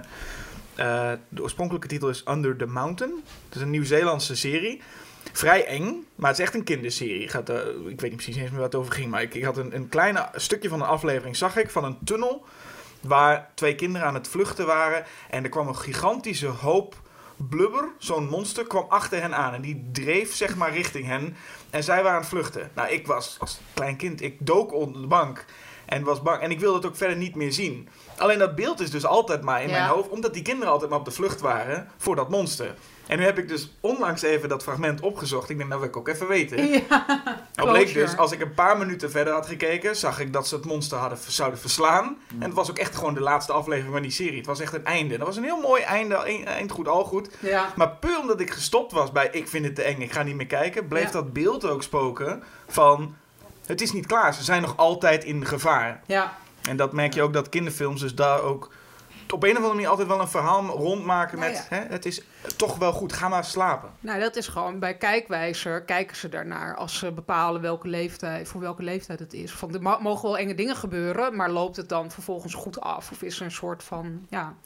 Uh, de oorspronkelijke titel is Under the Mountain. Het is een Nieuw-Zeelandse serie. Vrij eng, maar het is echt een kinderserie. Gaat, uh, ik weet niet precies eens meer wat het over ging. Maar ik, ik had een, een klein stukje van een aflevering, zag ik, van een tunnel waar twee kinderen aan het vluchten waren. En er kwam een gigantische hoop blubber, zo'n monster, kwam achter hen aan. En die dreef, zeg maar, richting hen. En zij waren aan het vluchten. Nou, ik was als klein kind, ik dook onder de bank. En was bang. En ik wilde het ook verder niet meer zien. Alleen dat beeld is dus altijd maar in ja. mijn hoofd. Omdat die kinderen altijd maar op de vlucht waren voor dat monster. En nu heb ik dus onlangs even dat fragment opgezocht. Ik denk, nou wil ik ook even weten. Ja, nou bleek dus, als ik een paar minuten verder had gekeken, zag ik dat ze het monster hadden, zouden verslaan. Mm. En het was ook echt gewoon de laatste aflevering van die serie. Het was echt het einde. Dat was een heel mooi einde. Eind goed, al goed. Ja. Maar puur omdat ik gestopt was bij ik vind het te eng, ik ga niet meer kijken, bleef ja. dat beeld ook spoken van... Het is niet klaar. Ze zijn nog altijd in gevaar. Ja. En dat merk je ook dat kinderfilms dus daar ook op een of andere manier altijd wel een verhaal rondmaken met... Nou ja. Hè, het is toch wel goed, ga maar slapen. Nou, dat is gewoon bij Kijkwijzer kijken ze daarnaar als ze bepalen welke leeftijd, voor welke leeftijd het is. Van, er mogen wel enge dingen gebeuren, maar loopt het dan vervolgens goed af? Of is er een soort van, ja...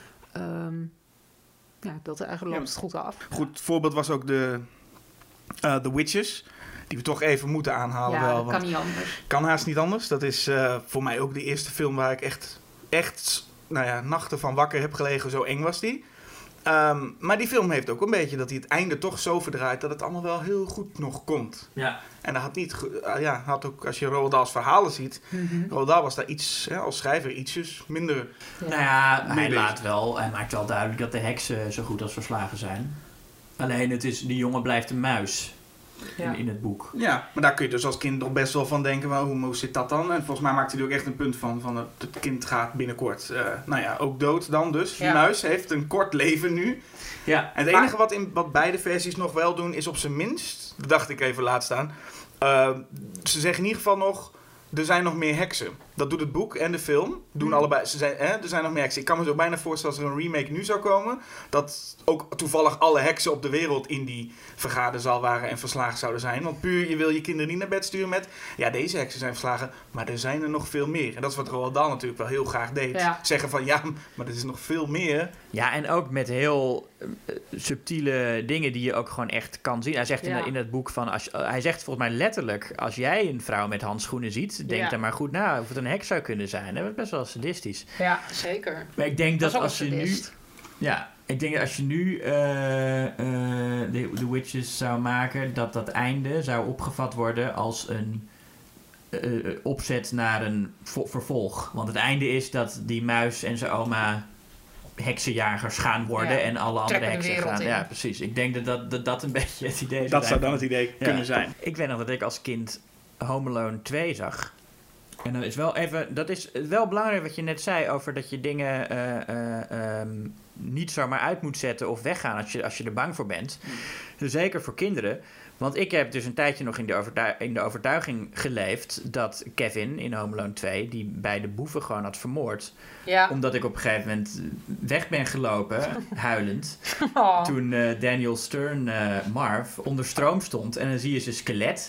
Um, ja, dat eigenlijk loopt ja. het goed af. Goed voorbeeld was ook de uh, The Witches... Die we toch even moeten aanhalen. Ja, wel, dat kan niet anders. Kan haast niet anders. Dat is uh, voor mij ook de eerste film waar ik echt, echt nou ja, nachten van wakker heb gelegen. Zo eng was die. Um, maar die film heeft ook een beetje dat hij het einde toch zo verdraait dat het allemaal wel heel goed nog komt. Ja. En dat had niet, ge- uh, ja, had ook als je Roald Dahl's verhalen ziet, Mm-hmm. Roald Dahl was daar iets, hè, als schrijver ietsjes minder. Ja. Nou ja, hij Mee laat bezig. wel, hij maakt wel duidelijk dat de heksen zo goed als verslagen zijn. Alleen het is, die jongen blijft een muis Ja. in, in het boek. Ja, maar daar kun je dus als kind nog best wel van denken, well, hoe, hoe zit dat dan? En volgens mij maakt hij er ook echt een punt van, van het, het kind gaat binnenkort, uh, nou ja, ook dood dan dus. Die Ja. muis heeft een kort leven nu. Ja. En het Maar- enige wat, in, wat beide versies nog wel doen, is op zijn minst, dat dacht ik even laat staan, uh, ze zeggen in ieder geval nog, er zijn nog meer heksen. Dat doet het boek en de film. Doen Hmm. allebei. Ze zijn, hè, er zijn nog meer heksen. Ik kan me zo bijna voorstellen als er een remake nu zou komen, dat ook toevallig alle heksen op de wereld in die vergaderzaal waren en verslagen zouden zijn. Want puur, je wil je kinderen niet naar bed sturen met, ja, deze heksen zijn verslagen, maar er zijn er nog veel meer. En dat is wat Roald Dahl natuurlijk wel heel graag deed. Ja. Zeggen van, ja, maar er is nog veel meer. Ja, en ook met heel uh, subtiele dingen die je ook gewoon echt kan zien. Hij zegt Ja. in, in het boek van, als, uh, hij zegt volgens mij letterlijk, als jij een vrouw met handschoenen ziet, denk Ja. dan maar goed na of het een heks zou kunnen zijn. Dat is best wel sadistisch. Ja, zeker. Maar ik denk Dat dat, is ook als je een nu... sadist. Ja, ik denk dat als je nu uh, uh, de, de Witches zou maken, dat dat einde zou opgevat worden als een uh, opzet naar een vo- vervolg. Want het einde is dat die muis en zijn oma heksenjagers gaan worden Ja, en alle andere trekken de heksen wereld gaan. in. Ja, precies. Ik denk dat dat, dat, dat een beetje het idee is. Dat zou dan het idee Ja. kunnen zijn. Ik weet nog dat ik als kind Home Alone twee zag. En dat is wel even, dat is wel belangrijk wat je net zei over dat je dingen uh, uh, um, niet zomaar uit moet zetten of weggaan als je, als je er bang voor bent. Mm. Zeker voor kinderen. Want ik heb dus een tijdje nog in de, overtuig, in de overtuiging geleefd dat Kevin in Home Alone twee die beide boeven gewoon had vermoord. Ja. Omdat ik op een gegeven moment weg ben gelopen, huilend. Oh. Toen uh, Daniel Stern, uh, Marv, onder stroom stond en dan zie je zijn skelet.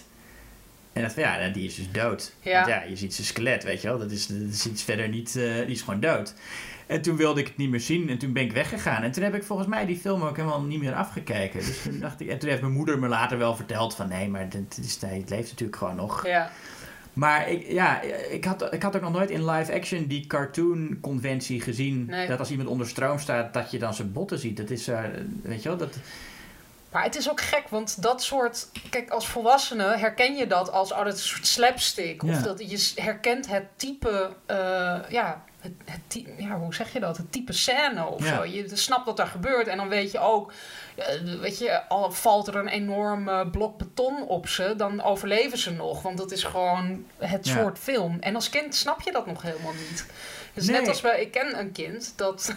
En dacht van ja, nou, die is dus dood. Ja. Want ja, je ziet zijn skelet, weet je wel. Dat is, dat is iets verder niet, uh, die is gewoon dood. En toen wilde ik het niet meer zien en toen ben ik weggegaan. En toen heb ik volgens mij die film ook helemaal niet meer afgekeken. Dus toen dacht ik, en toen heeft mijn moeder me later wel verteld van nee, maar het, is, het leeft natuurlijk gewoon nog. Ja. Maar ik, ja, ik, had, ik had ook nog nooit in live action die cartoon conventie gezien. Nee. Dat als iemand onder stroom staat, dat je dan zijn botten ziet. Dat is, uh, weet je wel, dat... Maar het is ook gek, want dat soort... Kijk, als volwassene herken je dat als oh, dat is een soort slapstick. Ja. Of dat je herkent het type... Uh, ja, het, het type, ja, hoe zeg je dat? Het type scène of Ja. zo. Je snapt wat daar gebeurt en dan weet je ook... Uh, weet je, al valt er een enorm uh, blok beton op ze, dan overleven ze nog. Want dat is gewoon het Ja. soort film. En als kind snap je dat nog helemaal niet. Dus Nee. net als wij, ik ken een kind dat,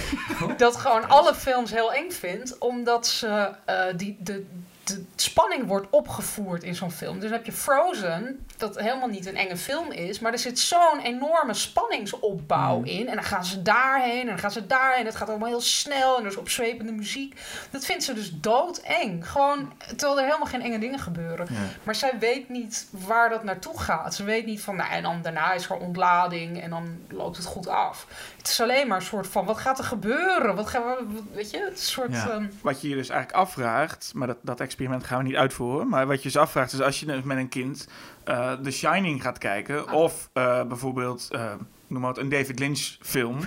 dat gewoon alle films heel eng vindt, omdat ze uh, die, de, de spanning wordt opgevoerd in zo'n film. Dus dan heb je Frozen, dat helemaal niet een enge film is, maar er zit zo'n enorme spanningsopbouw Mm. in. En dan gaan ze daarheen en dan gaan ze daarheen. Het gaat allemaal heel snel en er is opzwepende muziek. Dat vindt ze dus doodeng. Gewoon, terwijl er helemaal geen enge dingen gebeuren. Ja. Maar zij weet niet waar dat naartoe gaat. Ze weet niet van, nou, en dan daarna is er ontlading en dan loopt het goed af. Het is alleen maar een soort van, wat gaat er gebeuren? Wat gaan we, wat- weet je, het is een soort... Ja. Um, Wat je je dus eigenlijk afvraagt, maar dat, dat experiment gaan we niet uitvoeren. Maar wat je dus afvraagt is als je dus met een kind uh, The Shining gaat kijken. Ah. Of uh, bijvoorbeeld, uh, noem maar wat, een David Lynch film.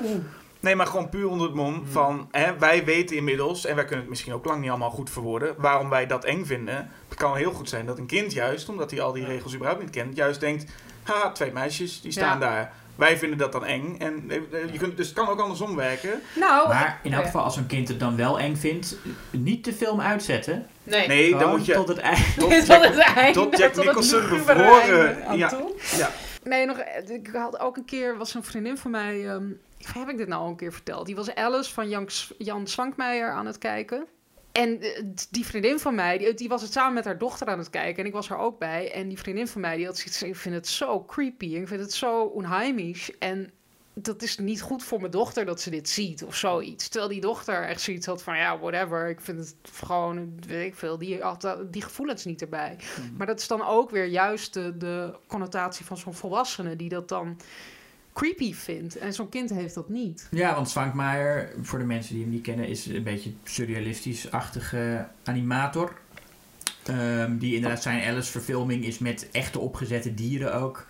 Nee, maar gewoon puur onder het mom Hmm. van... Hè, wij weten inmiddels, en wij kunnen het misschien ook lang niet allemaal goed verwoorden... waarom wij dat eng vinden. Het kan heel goed zijn dat een kind juist, omdat hij al die regels überhaupt niet kent... juist denkt, haha, twee meisjes, die staan Ja. daar. Wij vinden dat dan eng. En uh, je kunt, dus het kan ook andersom werken. nou, Maar in elk ja. geval, als een kind het dan wel eng vindt, niet de film uitzetten. Nee. Nee, dan Gewoon moet je... tot het eind. tot Tot Jack- het einde, tot Jack tot het Nicholson lugubere bevroren. einde aan Ja. toe. Ja. Nee, nog, ik had ook een keer, was een vriendin van mij... Um, heb ik dit nou al een keer verteld? Die was Alice van Jan, Jan Swankmeijer aan het kijken. En uh, die vriendin van mij, die, die was het samen met haar dochter aan het kijken. En ik was er ook bij. En die vriendin van mij, die had zoiets van, ik vind het zo creepy. Ik vind het zo onheimisch. En dat is niet goed voor mijn dochter dat ze dit ziet of zoiets. Terwijl die dochter echt zoiets had van, ja, whatever. Ik vind het gewoon, weet ik veel, die had die gevoelens niet erbij. Mm. Maar dat is dan ook weer juist de, de connotatie van zo'n volwassene die dat dan creepy vindt. En zo'n kind heeft dat niet. Ja, want Swankmajer, voor de mensen die hem niet kennen, is een beetje surrealistisch-achtige animator. Um, die inderdaad zijn Alice-verfilming is met echte opgezette dieren ook.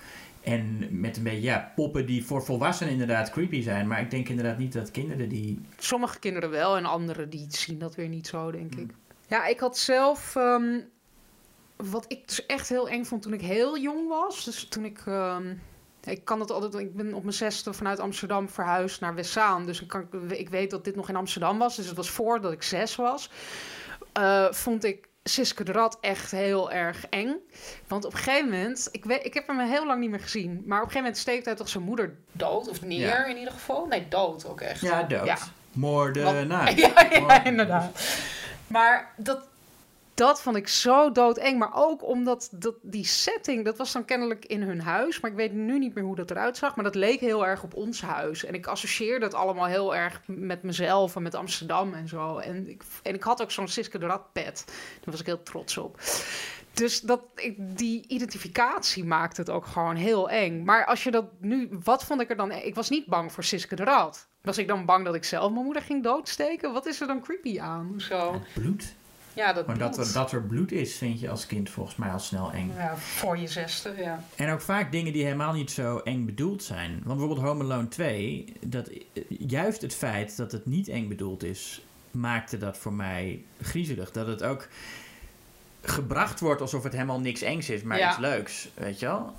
En met een beetje, ja, poppen die voor volwassenen inderdaad creepy zijn. Maar ik denk inderdaad niet dat kinderen die... Sommige kinderen wel en anderen die zien dat weer niet zo, denk ik. Ja, ik had zelf... Um, wat ik dus echt heel eng vond toen ik heel jong was. Dus toen ik... Um, ik kan het altijd... Ik ben op mijn zesde vanuit Amsterdam verhuisd naar Westzaan. Dus ik, kan, ik weet dat dit nog in Amsterdam was. Dus het was voordat ik zes was. Uh, vond ik Siske de Rat echt heel erg eng. Want op een gegeven moment... Ik, weet, ik heb hem heel lang niet meer gezien. Maar op een gegeven moment steekt hij toch zijn moeder dood? Of neer ja. in ieder geval? Nee, dood ook echt. Ja, dood. Ja. Moordenaar. Ja, ja, ja, inderdaad. Maar dat... Dat vond ik zo doodeng. Maar ook omdat dat, die setting... Dat was dan kennelijk in hun huis. Maar ik weet nu niet meer hoe dat eruit zag. Maar dat leek heel erg op ons huis. En ik associeerde het allemaal heel erg met mezelf. En met Amsterdam en zo. En ik, en ik had ook zo'n Siske de Rat pet. Daar was ik heel trots op. Dus dat, ik, die identificatie maakt het ook gewoon heel eng. Maar als je dat nu... Wat vond ik er dan... Ik was niet bang voor Siske de Rat. Was ik dan bang dat ik zelf mijn moeder ging doodsteken? Wat is er dan creepy aan? Zo. Het bloed. Ja, dat maar dat er, dat er bloed is, vind je als kind volgens mij al snel eng. Ja, voor je zesde, ja. En ook vaak dingen die helemaal niet zo eng bedoeld zijn. Want bijvoorbeeld Home Alone twee, dat, juist het feit dat het niet eng bedoeld is, maakte dat voor mij griezelig. Dat het ook gebracht wordt alsof het helemaal niks engs is, maar ja. iets leuks, weet je wel.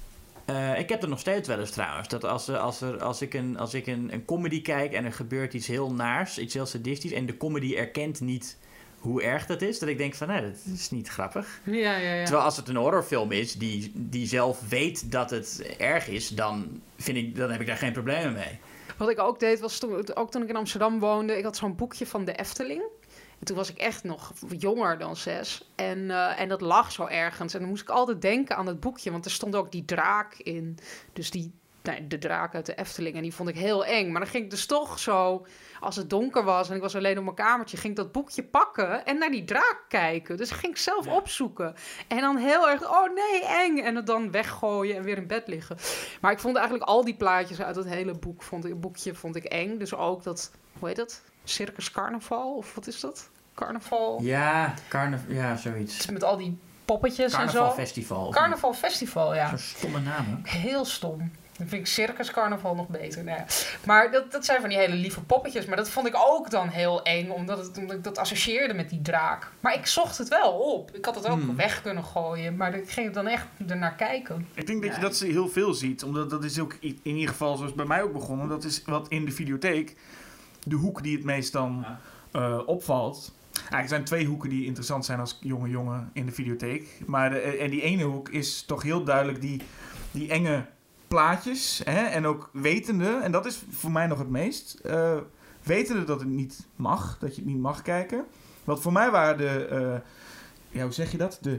Uh, ik heb er nog steeds wel eens trouwens. Dat als, als, er, als ik, een, als ik een, een comedy kijk en er gebeurt iets heel naars, iets heel sadistisch, en de comedy erkent niet hoe erg dat is, dat ik denk van, nee, dat is niet grappig. Ja, ja, ja. Terwijl als het een horrorfilm is die, die zelf weet dat het erg is, dan, vind ik, dan heb ik daar geen problemen mee. Wat ik ook deed, was toen, ook toen ik in Amsterdam woonde, ik had zo'n boekje van de Efteling. En toen was ik echt nog jonger dan zes. En, uh, en dat lag zo ergens. En dan moest ik altijd denken aan het boekje, want er stond ook die draak in. Dus die, nee, de draak uit de Efteling. En die vond ik heel eng. Maar dan ging ik dus toch zo, als het donker was en ik was alleen op mijn kamertje, ging ik dat boekje pakken en naar die draak kijken. Dus ging ik zelf ja. opzoeken. En dan heel erg, oh nee, eng. En het dan weggooien en weer in bed liggen. Maar ik vond eigenlijk al die plaatjes uit het hele boek, vond ik, boekje vond ik eng. Dus ook dat, hoe heet dat? Circus Carnaval, of wat is dat? Carnaval? Ja, carnaval, ja, zoiets. Met al die poppetjes en zo. Carnaval Festival. Carnaval Festival, ja. Zo'n stomme naam, hè? Heel stom. Dan vind ik Circus Carnaval nog beter. Nou ja. Maar dat, dat zijn van die hele lieve poppetjes. Maar dat vond ik ook dan heel eng, omdat, het, omdat ik dat associeerde met die draak. Maar ik zocht het wel op. Ik had het ook hmm. weg kunnen gooien. Maar ik ging dan echt ernaar kijken. Ik denk dat ja. je dat heel veel ziet. Omdat dat is ook in ieder geval, zoals bij mij ook begonnen, dat is wat in de videotheek, de hoek die het meest dan ja. uh, opvalt. Eigenlijk er zijn twee hoeken die interessant zijn als jonge jongen in de videotheek. Maar de, en die ene hoek is toch heel duidelijk die, die enge plaatjes. Hè? En ook wetende, en dat is voor mij nog het meest, uh, wetende dat het niet mag. Dat je het niet mag kijken. Want voor mij waren de, uh, ja, hoe zeg je dat? De,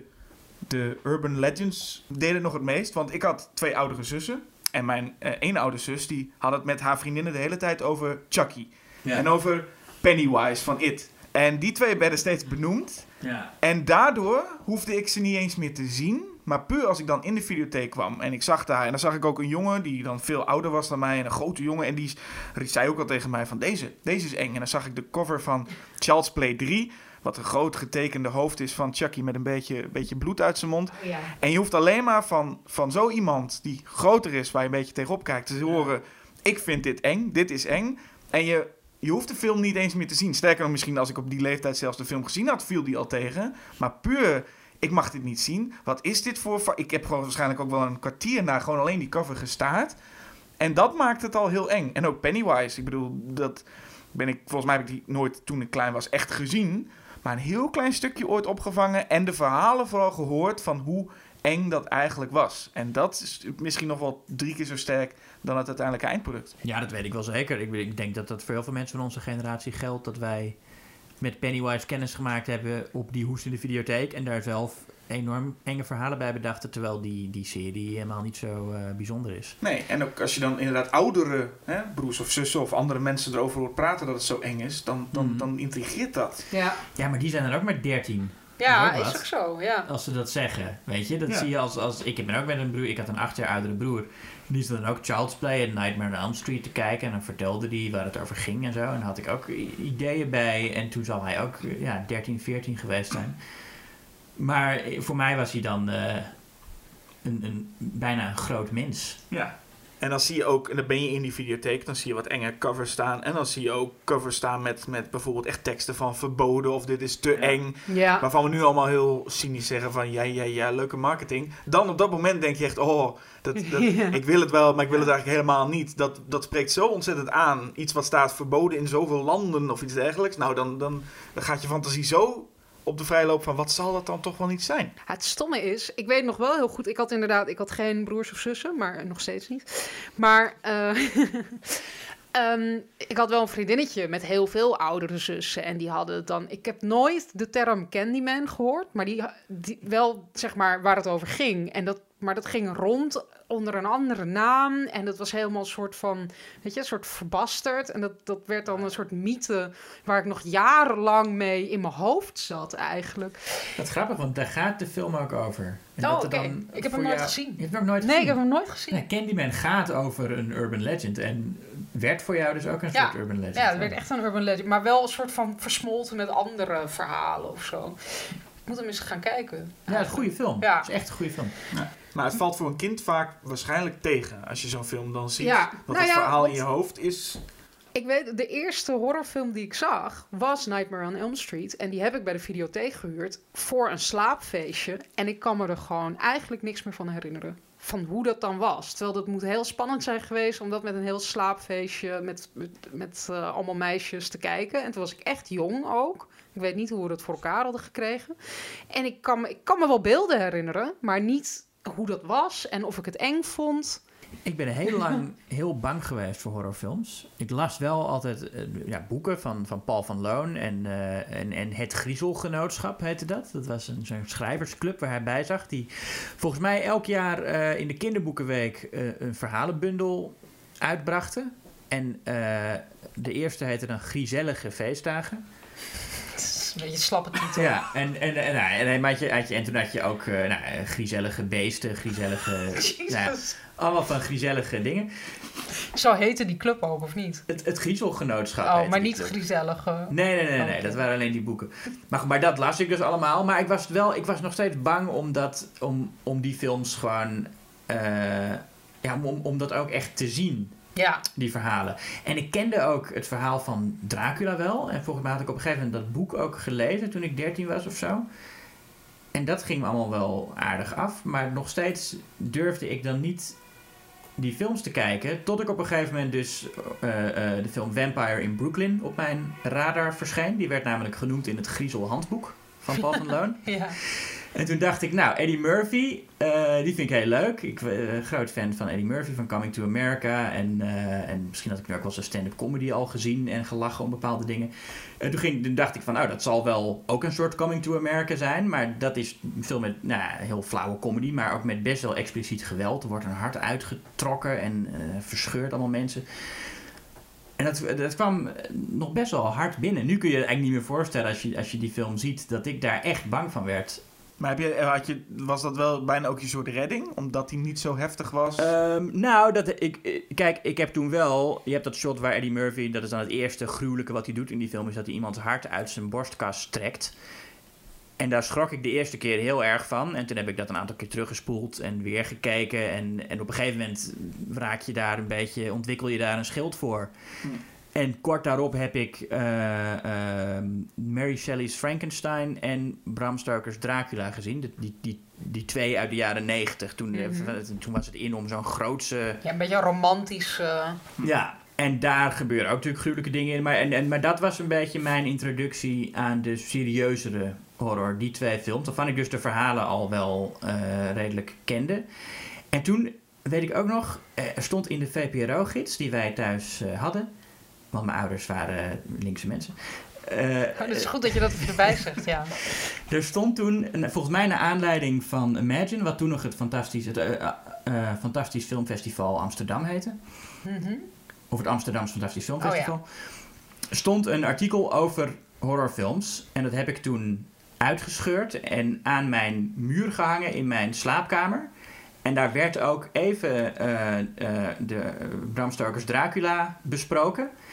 de urban legends deden nog het meest. Want ik had twee oudere zussen. En mijn uh, ene oude zus die had het met haar vriendinnen de hele tijd over Chucky. Ja. En over Pennywise van It. En die twee werden steeds benoemd. Ja. En daardoor hoefde ik ze niet eens meer te zien. Maar puur als ik dan in de videotheek kwam en ik zag daar... En dan zag ik ook een jongen die dan veel ouder was dan mij. En een grote jongen. En die zei ook al tegen mij van deze, deze is eng. En dan zag ik de cover van Child's Play drie. Wat een groot getekende hoofd is van Chucky met een beetje, beetje bloed uit zijn mond. Ja. En je hoeft alleen maar van, van zo iemand die groter is, waar je een beetje tegenop kijkt, te horen... Ja. Ik vind dit eng, dit is eng. En je... Je hoeft de film niet eens meer te zien. Sterker nog, misschien als ik op die leeftijd zelfs de film gezien had, viel die al tegen. Maar puur, ik mag dit niet zien. Wat is dit voor... Ik heb gewoon waarschijnlijk ook wel een kwartier naar gewoon alleen die cover gestaard. En dat maakt het al heel eng. En ook Pennywise. Ik bedoel, dat ben ik... Volgens mij heb ik die nooit toen ik klein was echt gezien. Maar een heel klein stukje ooit opgevangen. En de verhalen vooral gehoord van hoe eng dat eigenlijk was. En dat is misschien nog wel drie keer zo sterk dan het uiteindelijke eindproduct. Ja, dat weet ik wel zeker. Ik, ik denk dat dat voor heel veel mensen van onze generatie geldt, dat wij met Pennywise kennis gemaakt hebben op die hoest in de videotheek en daar zelf enorm enge verhalen bij bedachten, terwijl die, die serie helemaal niet zo uh, bijzonder is. Nee, en ook als je dan inderdaad oudere hè, broers of zussen of andere mensen erover hoort praten dat het zo eng is, dan, dan, mm. dan intrigeert dat. Ja. Ja, maar die zijn dan ook maar dertien. Ja, is ook zo, ja. Als ze dat zeggen, weet je. Dat ja. zie je als, als... Ik ben ook met een broer, ik had een acht jaar oudere broer. Die is dan ook Child's Play en Nightmare on Elm Street te kijken. En dan vertelde hij waar het over ging en zo. En dan had ik ook ideeën bij. En toen zal hij ook ja, dertien, veertien geweest zijn. Maar voor mij was hij dan... Uh, een, een, bijna een groot mens. Ja. En dan zie je ook, en dan ben je in die videotheek, dan zie je wat enge covers staan. En dan zie je ook covers staan met, met bijvoorbeeld echt teksten van verboden of dit is te Ja. eng. Ja. Waarvan we nu allemaal heel cynisch zeggen van ja, ja, ja, leuke marketing. Dan op dat moment denk je echt, oh, dat, dat, Ja. ik wil het wel, maar ik wil het eigenlijk helemaal niet. Dat, dat spreekt zo ontzettend aan. Iets wat staat verboden in zoveel landen of iets dergelijks. Nou, dan, dan, dan gaat je fantasie zo op de vrijloop van wat zal dat dan toch wel niet zijn? Ja, het stomme is, ik weet nog wel heel goed, ik had inderdaad, ik had geen broers of zussen, maar nog steeds niet. Maar uh, um, ik had wel een vriendinnetje met heel veel oudere zussen en die hadden het dan, ik heb nooit de term Candyman gehoord, maar die, die wel, zeg maar, waar het over ging. En dat, maar dat ging rond onder een andere naam en dat was helemaal een soort van, weet je, een soort verbasterd. En dat, dat werd dan een soort mythe waar ik nog jarenlang mee in mijn hoofd zat eigenlijk. Dat is grappig, want daar gaat de film ook over. En Oh, dat er oké. dan Ik heb voor hem nooit jou- gezien. Je hebt hem ook nooit Nee, gezien? ik heb hem nooit gezien. Nee, Candyman gaat over een urban legend en werd voor jou dus ook een Ja. soort urban legend. Ja, het werd echt een urban legend, maar wel een soort van versmolten met andere verhalen of zo. Ik moet hem eens gaan kijken. Ja, het is een goede film. Ja. Het is echt een goede film. Maar het valt voor een kind vaak waarschijnlijk tegen als je zo'n film dan ziet. Ja. Want Nou het ja, verhaal want- in je hoofd is... Ik weet, de eerste horrorfilm die ik zag was Nightmare on Elm Street. En die heb ik bij de videotheek gehuurd voor een slaapfeestje. En ik kan me er gewoon eigenlijk niks meer van herinneren. Van hoe dat dan was. Terwijl dat moet heel spannend zijn geweest om dat met een heel slaapfeestje met, met, met uh, allemaal meisjes te kijken. En toen was ik echt jong ook. Ik weet niet hoe we dat voor elkaar hadden gekregen. En ik kan, me, ik kan me wel beelden herinneren, maar niet hoe dat was en of ik het eng vond. Ik ben heel lang heel bang geweest voor horrorfilms. Ik las wel altijd uh, ja, boeken van, van Paul van Loon en, uh, en, en Het Griezelgenootschap heette dat. Dat was een, zo'n schrijversclub waar hij bij zag. Die volgens mij elk jaar uh, in de kinderboekenweek uh, een verhalenbundel uitbrachten. En uh, de eerste heette dan Griezellige Feestdagen. Een beetje slappe titel. Ja, en, en, en, nou, en, had je, had je, en toen had je ook uh, nou, griezellige beesten, griezellige... nou, allemaal van griezellige dingen. Zo heette die club ook, of niet? Het, het Griezelgenootschap. Oh, maar niet griezellige. Nee, nee, nee, nee, nee, dat waren alleen die boeken. Maar, maar dat las ik dus allemaal. Maar ik was, wel, ik was nog steeds bang om, dat, om, om die films gewoon... Uh, ja, om, om dat ook echt te zien. Ja. Die verhalen. En ik kende ook het verhaal van Dracula wel. En volgens mij had ik op een gegeven moment dat boek ook gelezen toen ik dertien was of zo. En dat ging me allemaal wel aardig af. Maar nog steeds durfde ik dan niet die films te kijken. Tot ik op een gegeven moment dus uh, uh, de film Vampire in Brooklyn op mijn radar verscheen. Die werd namelijk genoemd in het Griezelhandboek van Paul van Loon. Ja. En toen dacht ik, nou, Eddie Murphy, uh, die vind ik heel leuk. Ik ben uh, groot fan van Eddie Murphy, van Coming to America. En, uh, en misschien had ik nu ook wel zijn stand-up comedy al gezien en gelachen om bepaalde dingen. En toen, ging, toen dacht ik van, nou, dat zal wel ook een soort Coming to America zijn. Maar dat is een film met, nou, heel flauwe comedy, maar ook met best wel expliciet geweld. Er wordt een hart uitgetrokken en uh, verscheurt allemaal mensen. En dat, dat kwam nog best wel hard binnen. Nu kun je je eigenlijk niet meer voorstellen als je, als je die film ziet, dat ik daar echt bang van werd. Maar heb je, had je, was dat wel bijna ook je soort redding? Omdat hij niet zo heftig was? Um, nou, dat, ik, kijk, ik heb toen wel... Je hebt dat shot waar Eddie Murphy... Dat is dan het eerste gruwelijke wat hij doet in die film... is dat hij iemands hart uit zijn borstkas trekt. En daar schrok ik de eerste keer heel erg van. En toen heb ik dat een aantal keer teruggespoeld en weer gekeken. En, en op een gegeven moment raak je daar een beetje... ontwikkel je daar een schild voor. Hm. En kort daarop heb ik uh, uh, Mary Shelley's Frankenstein en Bram Stoker's Dracula gezien. Die, die, die, die twee uit de jaren negentig. Toen, mm-hmm. uh, toen was het in om zo'n grootse... Ja, een beetje romantisch... Uh... Ja, en daar gebeuren ook natuurlijk gruwelijke dingen in. Maar, en, en, maar dat was een beetje mijn introductie aan de serieuzere horror. Die twee films, waarvan ik dus de verhalen al wel uh, redelijk kende. En toen, weet ik ook nog, er stond in de V P R O-gids die wij thuis uh, hadden... Want mijn ouders waren linkse mensen. Uh, oh, het is goed dat je dat erbij zegt, ja. Er stond toen, volgens mij naar aanleiding van Imagine... wat toen nog het Fantastisch, het, uh, uh, Fantastisch Filmfestival Amsterdam heette. Mm-hmm. Of het Amsterdamse Fantastisch Filmfestival. Oh, ja. Stond een artikel over horrorfilms. En dat heb ik toen uitgescheurd en aan mijn muur gehangen in mijn slaapkamer... En daar werd ook even uh, uh, de Bram Stoker's Dracula besproken.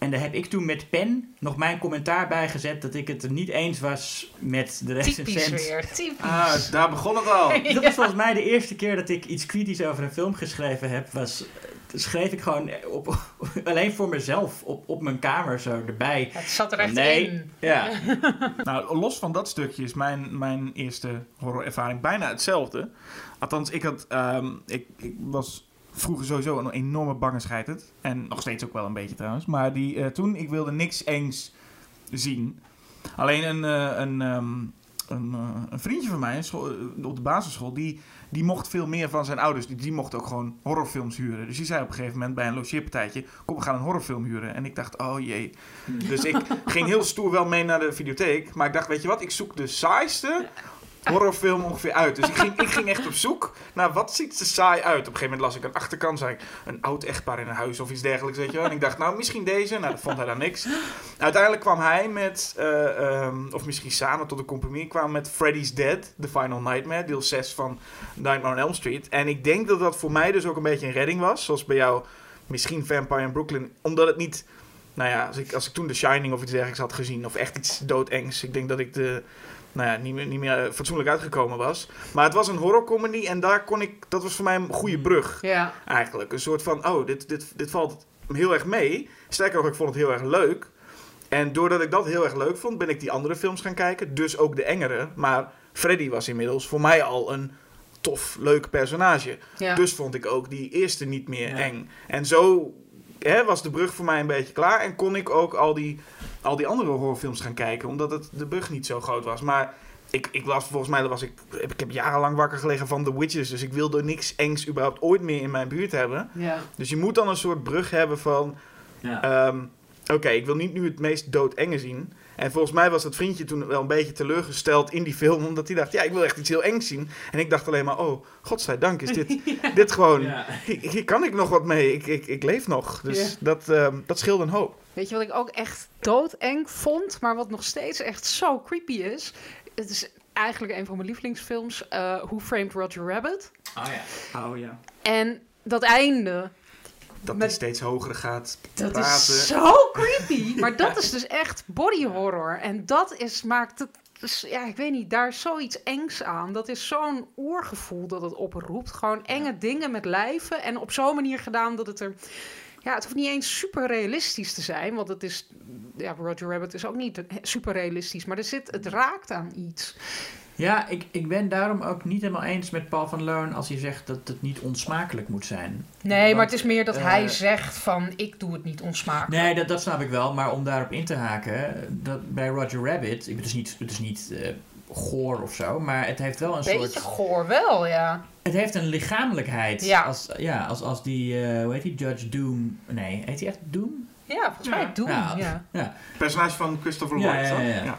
En daar heb ik toen met pen nog mijn commentaar bij gezet dat ik het er niet eens was met de recensent. Typisch weer, typisch. Ah, daar begon het al. Dat was volgens mij de eerste keer dat ik iets kritisch over een film geschreven heb. Was, schreef ik gewoon op, alleen voor mezelf op, op mijn kamer zo erbij. Het zat er echt nee. in. Ja. Nou, los van dat stukje is mijn, mijn eerste horrorervaring bijna hetzelfde. Althans, ik had, um, ik, ik was vroeger sowieso een enorme bangenscheiter. En nog steeds ook wel een beetje trouwens. Maar die, uh, toen, ik wilde niks engs zien. Alleen een, uh, een, um, een, uh, een vriendje van mij school, uh, op de basisschool, die, die mocht veel meer van zijn ouders. Die, die mocht ook gewoon horrorfilms huren. Dus die zei op een gegeven moment bij een logeerpartijtje, kom, we gaan een horrorfilm huren. En ik dacht, oh jee. Dus ik ging heel stoer wel mee naar de videotheek. Maar ik dacht, weet je wat, ik zoek de saaiste horrorfilm ongeveer uit. Dus ik ging, ik ging echt op zoek naar wat ziet er saai uit. Op een gegeven moment las ik een achterkant, zei ik, een oud echtpaar in een huis of iets dergelijks, weet je wel. En ik dacht, nou, misschien deze. Nou, dat vond hij dan niks. Uiteindelijk kwam hij met, uh, um, of misschien samen tot een compromis, kwam met Freddy's Dead, The Final Nightmare, deel zes van Nightmare on Elm Street. En ik denk dat dat voor mij dus ook een beetje een redding was, zoals bij jou misschien Vampire in Brooklyn, omdat het niet, nou ja, als ik, als ik toen The Shining of iets dergelijks had gezien, of echt iets doodengs, ik denk dat ik de... nou ja, niet meer, niet meer fatsoenlijk uitgekomen was. Maar het was een horrorcomedy en daar kon ik... dat was voor mij een goede brug. Ja. Eigenlijk. Een soort van, oh, dit, dit, dit valt heel erg mee. Sterker nog, ik vond het heel erg leuk. En doordat ik dat heel erg leuk vond, ben ik die andere films gaan kijken. Dus ook de engere. Maar Freddy was inmiddels voor mij al een tof, leuk personage. Ja. Dus vond ik ook die eerste niet meer Ja. eng. En zo hè, was de brug voor mij een beetje klaar. En kon ik ook al die... al die andere horrorfilms gaan kijken, omdat het de brug niet zo groot was. Maar ik, ik was volgens mij, was ik, ik heb jarenlang wakker gelegen van The Witches, dus ik wilde niks engs überhaupt ooit meer in mijn buurt hebben. Ja. Dus je moet dan een soort brug hebben van, Ja. um, oké, okay, ik wil niet nu het meest doodenge zien. En volgens mij was dat vriendje toen wel een beetje teleurgesteld in die film, omdat hij dacht, ja, ik wil echt iets heel engs zien. En ik dacht alleen maar, oh, godzijdank is dit, ja. dit gewoon, Ja. hier, hier kan ik nog wat mee, ik, ik, ik leef nog. Dus Ja. dat, um, dat scheelde een hoop. Weet je wat ik ook echt doodeng vond, maar wat nog steeds echt zo creepy is? Het is eigenlijk een van mijn lievelingsfilms, uh, Who Framed Roger Rabbit. Oh ja. Oh ja. En dat einde, Dat Met- die steeds hoger gaat dat praten. is zo creepy. Maar dat is dus echt body horror. En dat is, maakt het, dus, ja, ik weet niet, daar is zoiets engs aan. Dat is zo'n oorgevoel dat het oproept. Gewoon enge dingen met lijven. En op zo'n manier gedaan dat het er... Ja, het hoeft niet eens super realistisch te zijn. Want het is... Ja, Roger Rabbit is ook niet super realistisch. Maar er zit, het raakt aan iets. Ja, ik, ik ben daarom ook niet helemaal eens met Paul van Loon als hij zegt dat het niet onsmakelijk moet zijn. Nee, Want, maar het is meer dat uh, hij zegt van... Ik doe het niet onsmakelijk. Nee, dat, dat snap ik wel. Maar om daarop in te haken, dat bij Roger Rabbit, het is niet, het is niet uh, goor of zo, maar het heeft wel een Beetje soort... goor wel, ja. Het heeft een lichamelijkheid. Ja. Als, ja, als, als die, uh, hoe heet die, Judge Doom... Nee, heet hij echt Doom? Ja, volgens mij Ja. doen, Ja. ja. Ja. Personage van Christopher Ja, Lloyd, ja, toch? ja, ja.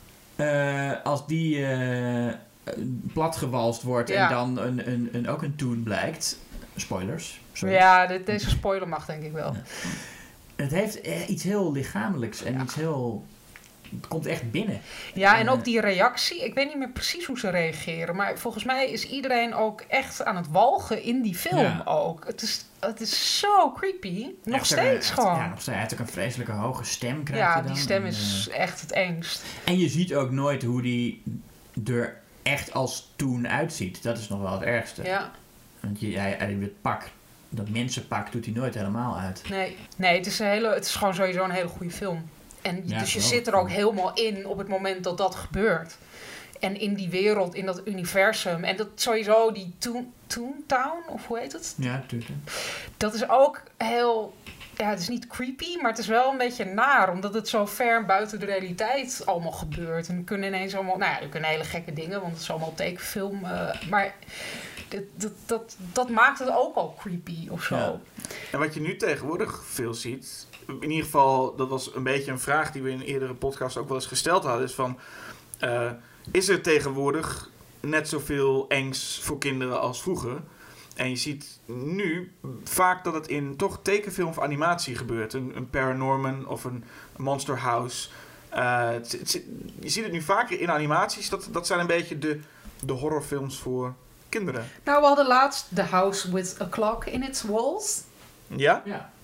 Uh, als die uh, platgewalst wordt Ja. en dan een, een, een, ook een toon blijkt... Spoilers. Sorry. Ja, dit, deze spoiler mag denk ik wel. Ja. Het heeft eh, iets heel lichamelijks en Ja. iets heel... Het komt echt binnen. Ja, en ook die reactie. Ik weet niet meer precies hoe ze reageren. Maar volgens mij is iedereen ook echt aan het walgen in die film Ja. ook. Het is, het is zo creepy. Nog Echt, steeds eh, gewoon. Ja, nog steeds. Hij heeft ook een vreselijke hoge stem. Krijgt Ja, hij dan. die stem En, is eh, echt het engst. en je ziet ook nooit hoe die er echt als toen uitziet. Dat is nog wel het ergste. Ja, Want je, hij, hij, het pak, dat mensenpak doet hij nooit helemaal uit. nee. Nee, het is, een hele, het is gewoon sowieso een hele goede film. En Ja, dus je wel. zit er ook helemaal in op het moment dat dat gebeurt. En in die wereld, in dat universum. En dat sowieso die Toon, Toontown, of hoe heet het? Ja, natuurlijk. Dat is ook heel... Ja, het is niet creepy, maar het is wel een beetje naar. Omdat het zo ver buiten de realiteit allemaal gebeurt. En er kunnen ineens allemaal... Nou ja, er kunnen hele gekke dingen, want het is allemaal tekenfilm. Uh, maar dat, dat, dat, dat maakt het ook al creepy of zo. Ja. En wat je nu tegenwoordig veel ziet... In ieder geval, dat was een beetje een vraag die we in een eerdere podcast ook wel eens gesteld hadden. Is van, uh, is er tegenwoordig net zoveel engs voor kinderen als vroeger? En je ziet nu vaak dat het in toch tekenfilm of animatie gebeurt. Een, een Paranorman of een Monster House. Uh, het, het, je ziet het nu vaker in animaties. Dat, dat zijn een beetje de, de horrorfilms voor kinderen. Nou, we hadden laatst The House with a Clock in its Walls. Ja? Ja.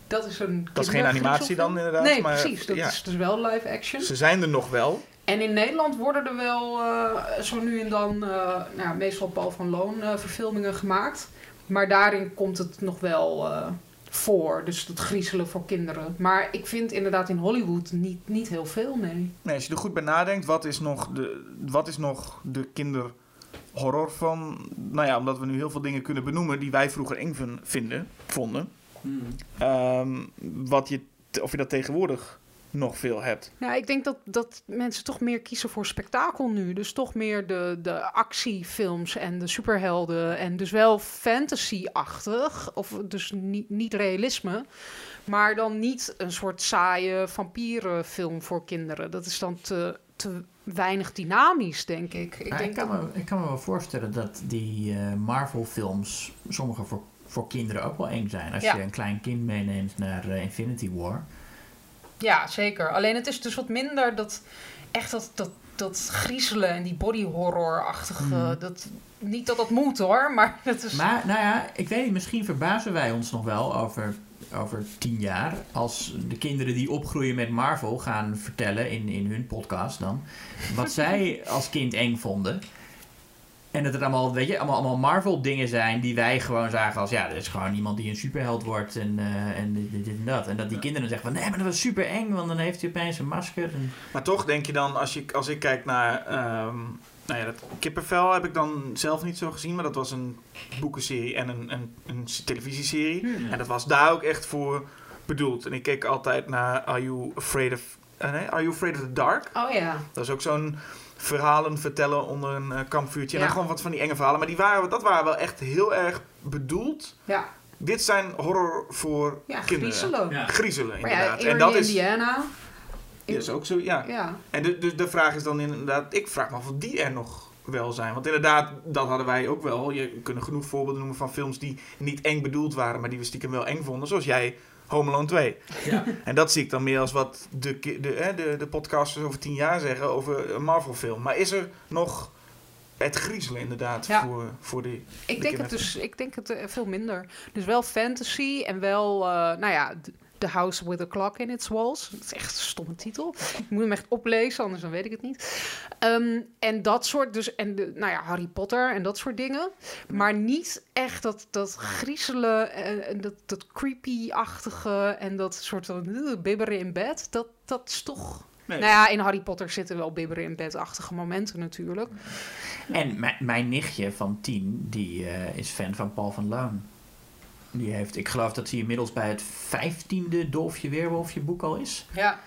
Dat is een Dat is geen animatie dan inderdaad. Nee, maar, precies. Dat ja. is dus wel live action. Ze zijn er nog wel. En in Nederland worden er wel uh, zo nu en dan, uh, nou, meestal Paul van Loon uh, verfilmingen gemaakt. Maar daarin komt het nog wel uh, voor. Dus het griezelen voor kinderen. Maar ik vind inderdaad in Hollywood niet, niet heel veel, nee. Nee, als je er goed bij nadenkt, wat is nog de, wat is nog de kinderhorror van... Nou ja, omdat we nu heel veel dingen kunnen benoemen die wij vroeger eng vin- vinden, vonden. Hmm. Um, wat je, of je dat tegenwoordig nog veel hebt. Nou, ik denk dat, dat mensen toch meer kiezen voor spektakel nu. Dus toch meer de, de actiefilms en de superhelden. En dus wel fantasy-achtig. Of dus niet, niet realisme. Maar dan niet een soort saaie vampierenfilm voor kinderen. Dat is dan te, te weinig dynamisch, denk ik. Ik, nou, denk ik, kan, dat... me, ik kan me wel voorstellen dat die uh, Marvel-films, sommige voor, voor kinderen ook wel eng zijn. Als ja. je een klein kind meeneemt naar uh, Infinity War. Ja, zeker. Alleen het is dus wat minder dat echt dat, dat, dat griezelen en die body horror-achtige... Mm. Dat, niet dat dat moet hoor, maar dat is... Maar nou ja, ik weet niet, misschien verbazen wij ons nog wel over, over tien jaar... als de kinderen die opgroeien met Marvel gaan vertellen in, in hun podcast dan... wat zij als kind eng vonden... En dat het allemaal, weet je, allemaal, allemaal Marvel dingen zijn die wij gewoon zagen als... Ja, dat is gewoon iemand die een superheld wordt en, uh, en dit, dit en dat. En dat die kinderen zeggen van... Nee, maar dat was super eng, want dan heeft hij opeens een masker. En... Maar toch denk je dan, als, je, als ik kijk naar... Um, nou ja, dat Kippenvel heb ik dan zelf niet zo gezien. Maar dat was een boekenserie en een, een, een televisieserie. Hmm. En dat was daar ook echt voor bedoeld. En ik keek altijd naar Are You Afraid of... Uh, nee, Are You Afraid of the Dark? Oh ja. Dat is ook zo'n... verhalen vertellen onder een uh, kampvuurtje. En ja. dan gewoon wat van die enge verhalen. Maar die waren, dat waren wel echt heel erg bedoeld. Ja. Dit zijn horror voor ja, kinderen. Griezelen. Ja, griezelen. Maar inderdaad. Ja, en dat is Indiana. Dat is ook zo, ja. ja. En de, de, de vraag is dan inderdaad... Ik vraag me af of die er nog wel zijn. Want inderdaad, dat hadden wij ook wel. Je kunt genoeg voorbeelden noemen van films die niet eng bedoeld waren... maar die we stiekem wel eng vonden. Zoals jij... Home Alone twee. Ja. En dat zie ik dan meer als wat de, de, de, de podcasters over tien jaar zeggen over een Marvel film. Maar is er nog het griezelen inderdaad ja. voor, voor die ik de denk het dus Ik denk het uh, veel minder. Dus wel fantasy en wel, uh, nou ja... D- The House with a Clock in Its Walls. Dat is echt een stomme titel. Ik moet hem echt oplezen, anders dan weet ik het niet. Um, en dat soort, dus, en de, nou ja, Harry Potter en dat soort dingen. Maar niet echt dat, dat griezelen en dat, dat creepy-achtige en dat soort van uh, bibberen in bed. Dat, dat is toch... Nee. Nou ja, in Harry Potter zitten wel bibberen in bed-achtige momenten natuurlijk. En m- mijn nichtje van tien, die uh, is fan van Paul van Loon. Die heeft, ik geloof dat hij inmiddels bij het vijftiende Dolfje Weerwolfje boek al is. Ja.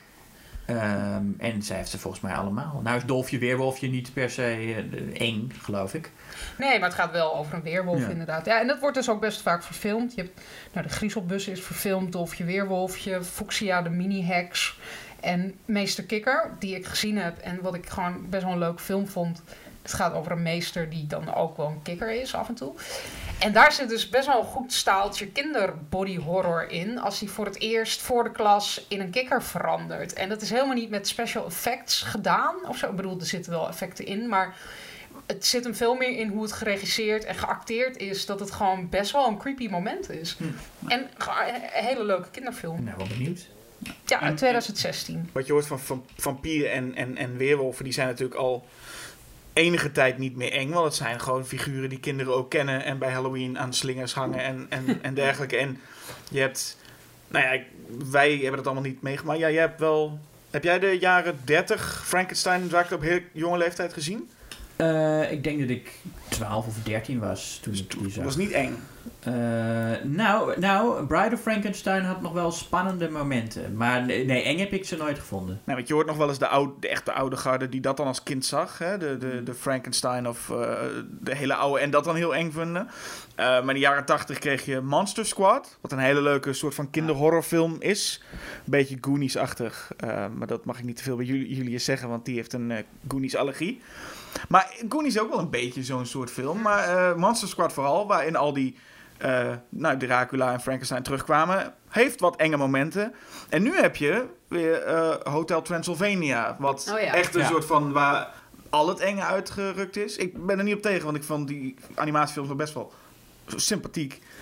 Um, en zij heeft ze volgens mij allemaal. Nou is Dolfje Weerwolfje niet per se uh, eng, geloof ik. Nee, maar het gaat wel over een weerwolf ja. inderdaad. Ja, en dat wordt dus ook best vaak verfilmd. Je hebt, nou, de Griezelbus is verfilmd, Dolfje Weerwolfje, Fuchsia de mini-heks en Meester Kikker, die ik gezien heb. En wat ik gewoon best wel een leuk film vond. Het gaat over een meester die dan ook wel een kikker is af en toe. En daar zit dus best wel een goed staaltje kinderbody horror in. Als hij voor het eerst voor de klas in een kikker verandert. En dat is helemaal niet met special effects gedaan. Of zo. Ik bedoel, er zitten wel effecten in. Maar het zit hem veel meer in hoe het geregisseerd en geacteerd is. Dat het gewoon best wel een creepy moment is. Hm. En een hele leuke kinderfilm. Nou, wel benieuwd. Ja, uit twintig zestien. Wat je hoort van, van vampieren en, en, en weerwolven, die zijn natuurlijk al enige tijd niet meer eng. Want het zijn gewoon figuren die kinderen ook kennen en bij Halloween aan slingers hangen en, en, en dergelijke. En je hebt, nou ja, wij hebben dat allemaal niet meegemaakt. Ja, jij hebt wel, heb jij de jaren dertig Frankenstein en Dracula op heel jonge leeftijd gezien? Uh, ik denk dat ik twaalf of dertien was toen ik die zag. Dat was niet eng. Uh, nou, nou, Bride of Frankenstein had nog wel spannende momenten. Maar nee, eng heb ik ze nooit gevonden. Nee, want je hoort nog wel eens de, oude, de echte oude garde die dat dan als kind zag. Hè? De, de, de Frankenstein of uh, de hele oude. En dat dan heel eng vinden. Uh, maar in de jaren tachtig kreeg je Monster Squad. Wat een hele leuke soort van kinderhorrorfilm is. Een beetje Goonies-achtig. Uh, maar dat mag ik niet te veel bij Julius zeggen. Want die heeft een uh, Goonies-allergie. Maar Goonies is ook wel een beetje zo'n soort film. Maar uh, Monster Squad vooral, waarin al die uh, nou, Dracula en Frankenstein terugkwamen, heeft wat enge momenten. En nu heb je weer uh, Hotel Transylvania, wat oh ja. echt een ja. soort van waar al het enge uitgerukt is. Ik ben er niet op tegen, want ik vond die animatiefilms nog best wel sympathiek.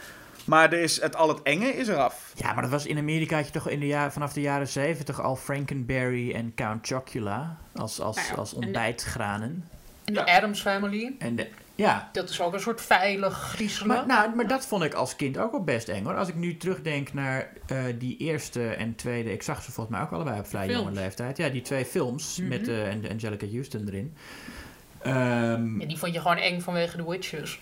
Maar er is het, al het enge is eraf. Ja, maar dat was in Amerika had je toch in de jaar, vanaf de jaren zeventig al Frankenberry en Count Chocula als, als, Nou ja, als ontbijtgranen. En de Ja. Addams Family. En de, ja. Dat is ook een soort veilig griezelen. Maar, nou, maar dat vond ik als kind ook wel best eng hoor. Als ik nu terugdenk naar uh, die eerste en tweede... Ik zag ze volgens mij ook allebei op vrij Films. jonge leeftijd. Ja, die twee films Mm-hmm. met uh, Angelica Houston erin. Um, ja, die vond je gewoon eng vanwege de witches.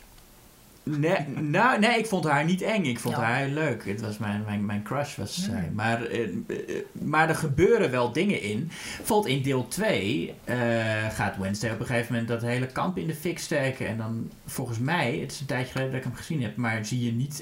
Nee, nou, nee, ik vond haar niet eng. Ik vond Ja. haar leuk. Het was mijn, mijn, mijn crush was zij. Mm. Maar, uh, uh, maar er gebeuren wel dingen in. Bijvoorbeeld in deel twee uh, gaat Wednesday op een gegeven moment dat hele kamp in de fik steken. En dan volgens mij, het is een tijdje geleden dat ik hem gezien heb, maar zie je niet...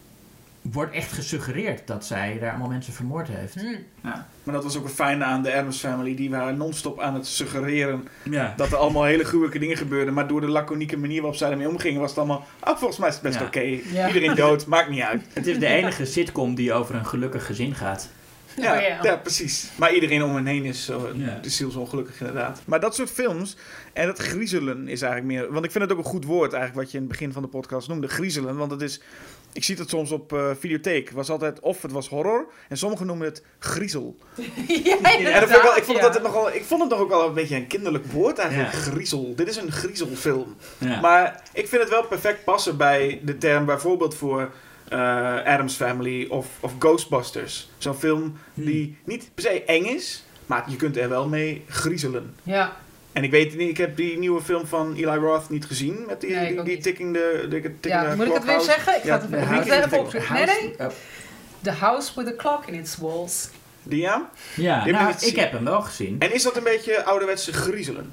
wordt echt gesuggereerd dat zij daar allemaal mensen vermoord heeft. Hmm. Ja. Maar dat was ook een fijne aan de Addams Family. Die waren non-stop aan het suggereren Ja. dat er allemaal hele gruwelijke dingen gebeurden. Maar door de laconieke manier waarop zij ermee omgingen, was het allemaal... Oh, volgens mij is het best Ja. oké. Ja. Iedereen dood, maakt niet uit. Het is de enige sitcom die over een gelukkig gezin gaat. Ja, Oh, ja. ja, precies. Maar iedereen om hen heen is zo, Ja. de zielsongelukkig inderdaad. Maar dat soort films en het griezelen is eigenlijk meer... Want ik vind het ook een goed woord eigenlijk wat je in het begin van de podcast noemde. Griezelen, want het is... Ik zie het soms op uh, videotheek. Het was altijd of het was horror en sommigen noemen het griezel. Ja, En dat vind ik, wel, ik, vond het ja. altijd nogal, ik vond het toch ook wel een beetje een kinderlijk woord eigenlijk. Ja. Griezel. Dit is een griezelfilm. Ja. Maar ik vind het wel perfect passen bij de term bijvoorbeeld voor uh, Addams Family of, of Ghostbusters. Zo'n film die niet per se eng is, maar je kunt er wel mee griezelen. Ja. En ik weet niet, ik heb die nieuwe film van Eli Roth niet gezien met die, Nee, ik die, ook die niet. tikkende, de, tikkende Ja, moet ik het weer clockhouse. zeggen? Ik ga Ja, het de even, house- ik even opzoeken. Nee, nee. Oh. The House with a Clock in its Walls. Die ja? Ja, Die heb nou, je niet ik gezien. heb hem wel gezien. En is dat een beetje ouderwetse griezelen?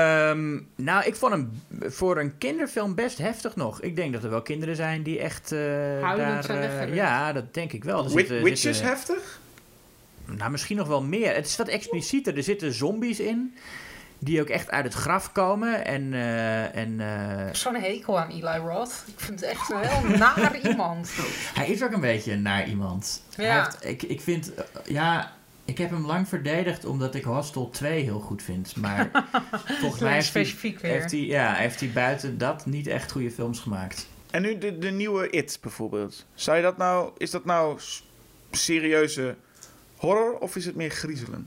Um, nou, ik vond hem voor een kinderfilm best heftig nog. Ik denk dat er wel kinderen zijn die echt uh, Huilend daar... zijn uh, weggerend. ja, dat denk ik wel. Er Wi- zitten, Witches zitten, heftig? nou, misschien nog wel meer. Het is wat explicieter. Er zitten zombies in die ook echt uit het graf komen. En... Uh, en uh, Ik heb zo'n hekel aan Eli Roth. Ik vind het echt een heel naar iemand. hij is ook een beetje naar iemand. Ja. Hij heeft, ik, ik vind... Uh, ja... Ik heb hem lang verdedigd omdat ik Hostel twee heel goed vind. Maar volgens mij heeft hij, specifiek weer. heeft, hij, ja, heeft hij buiten dat niet echt goede films gemaakt. En nu de, de nieuwe It bijvoorbeeld. Zou je dat nou, is dat nou s- serieuze horror of is het meer griezelen?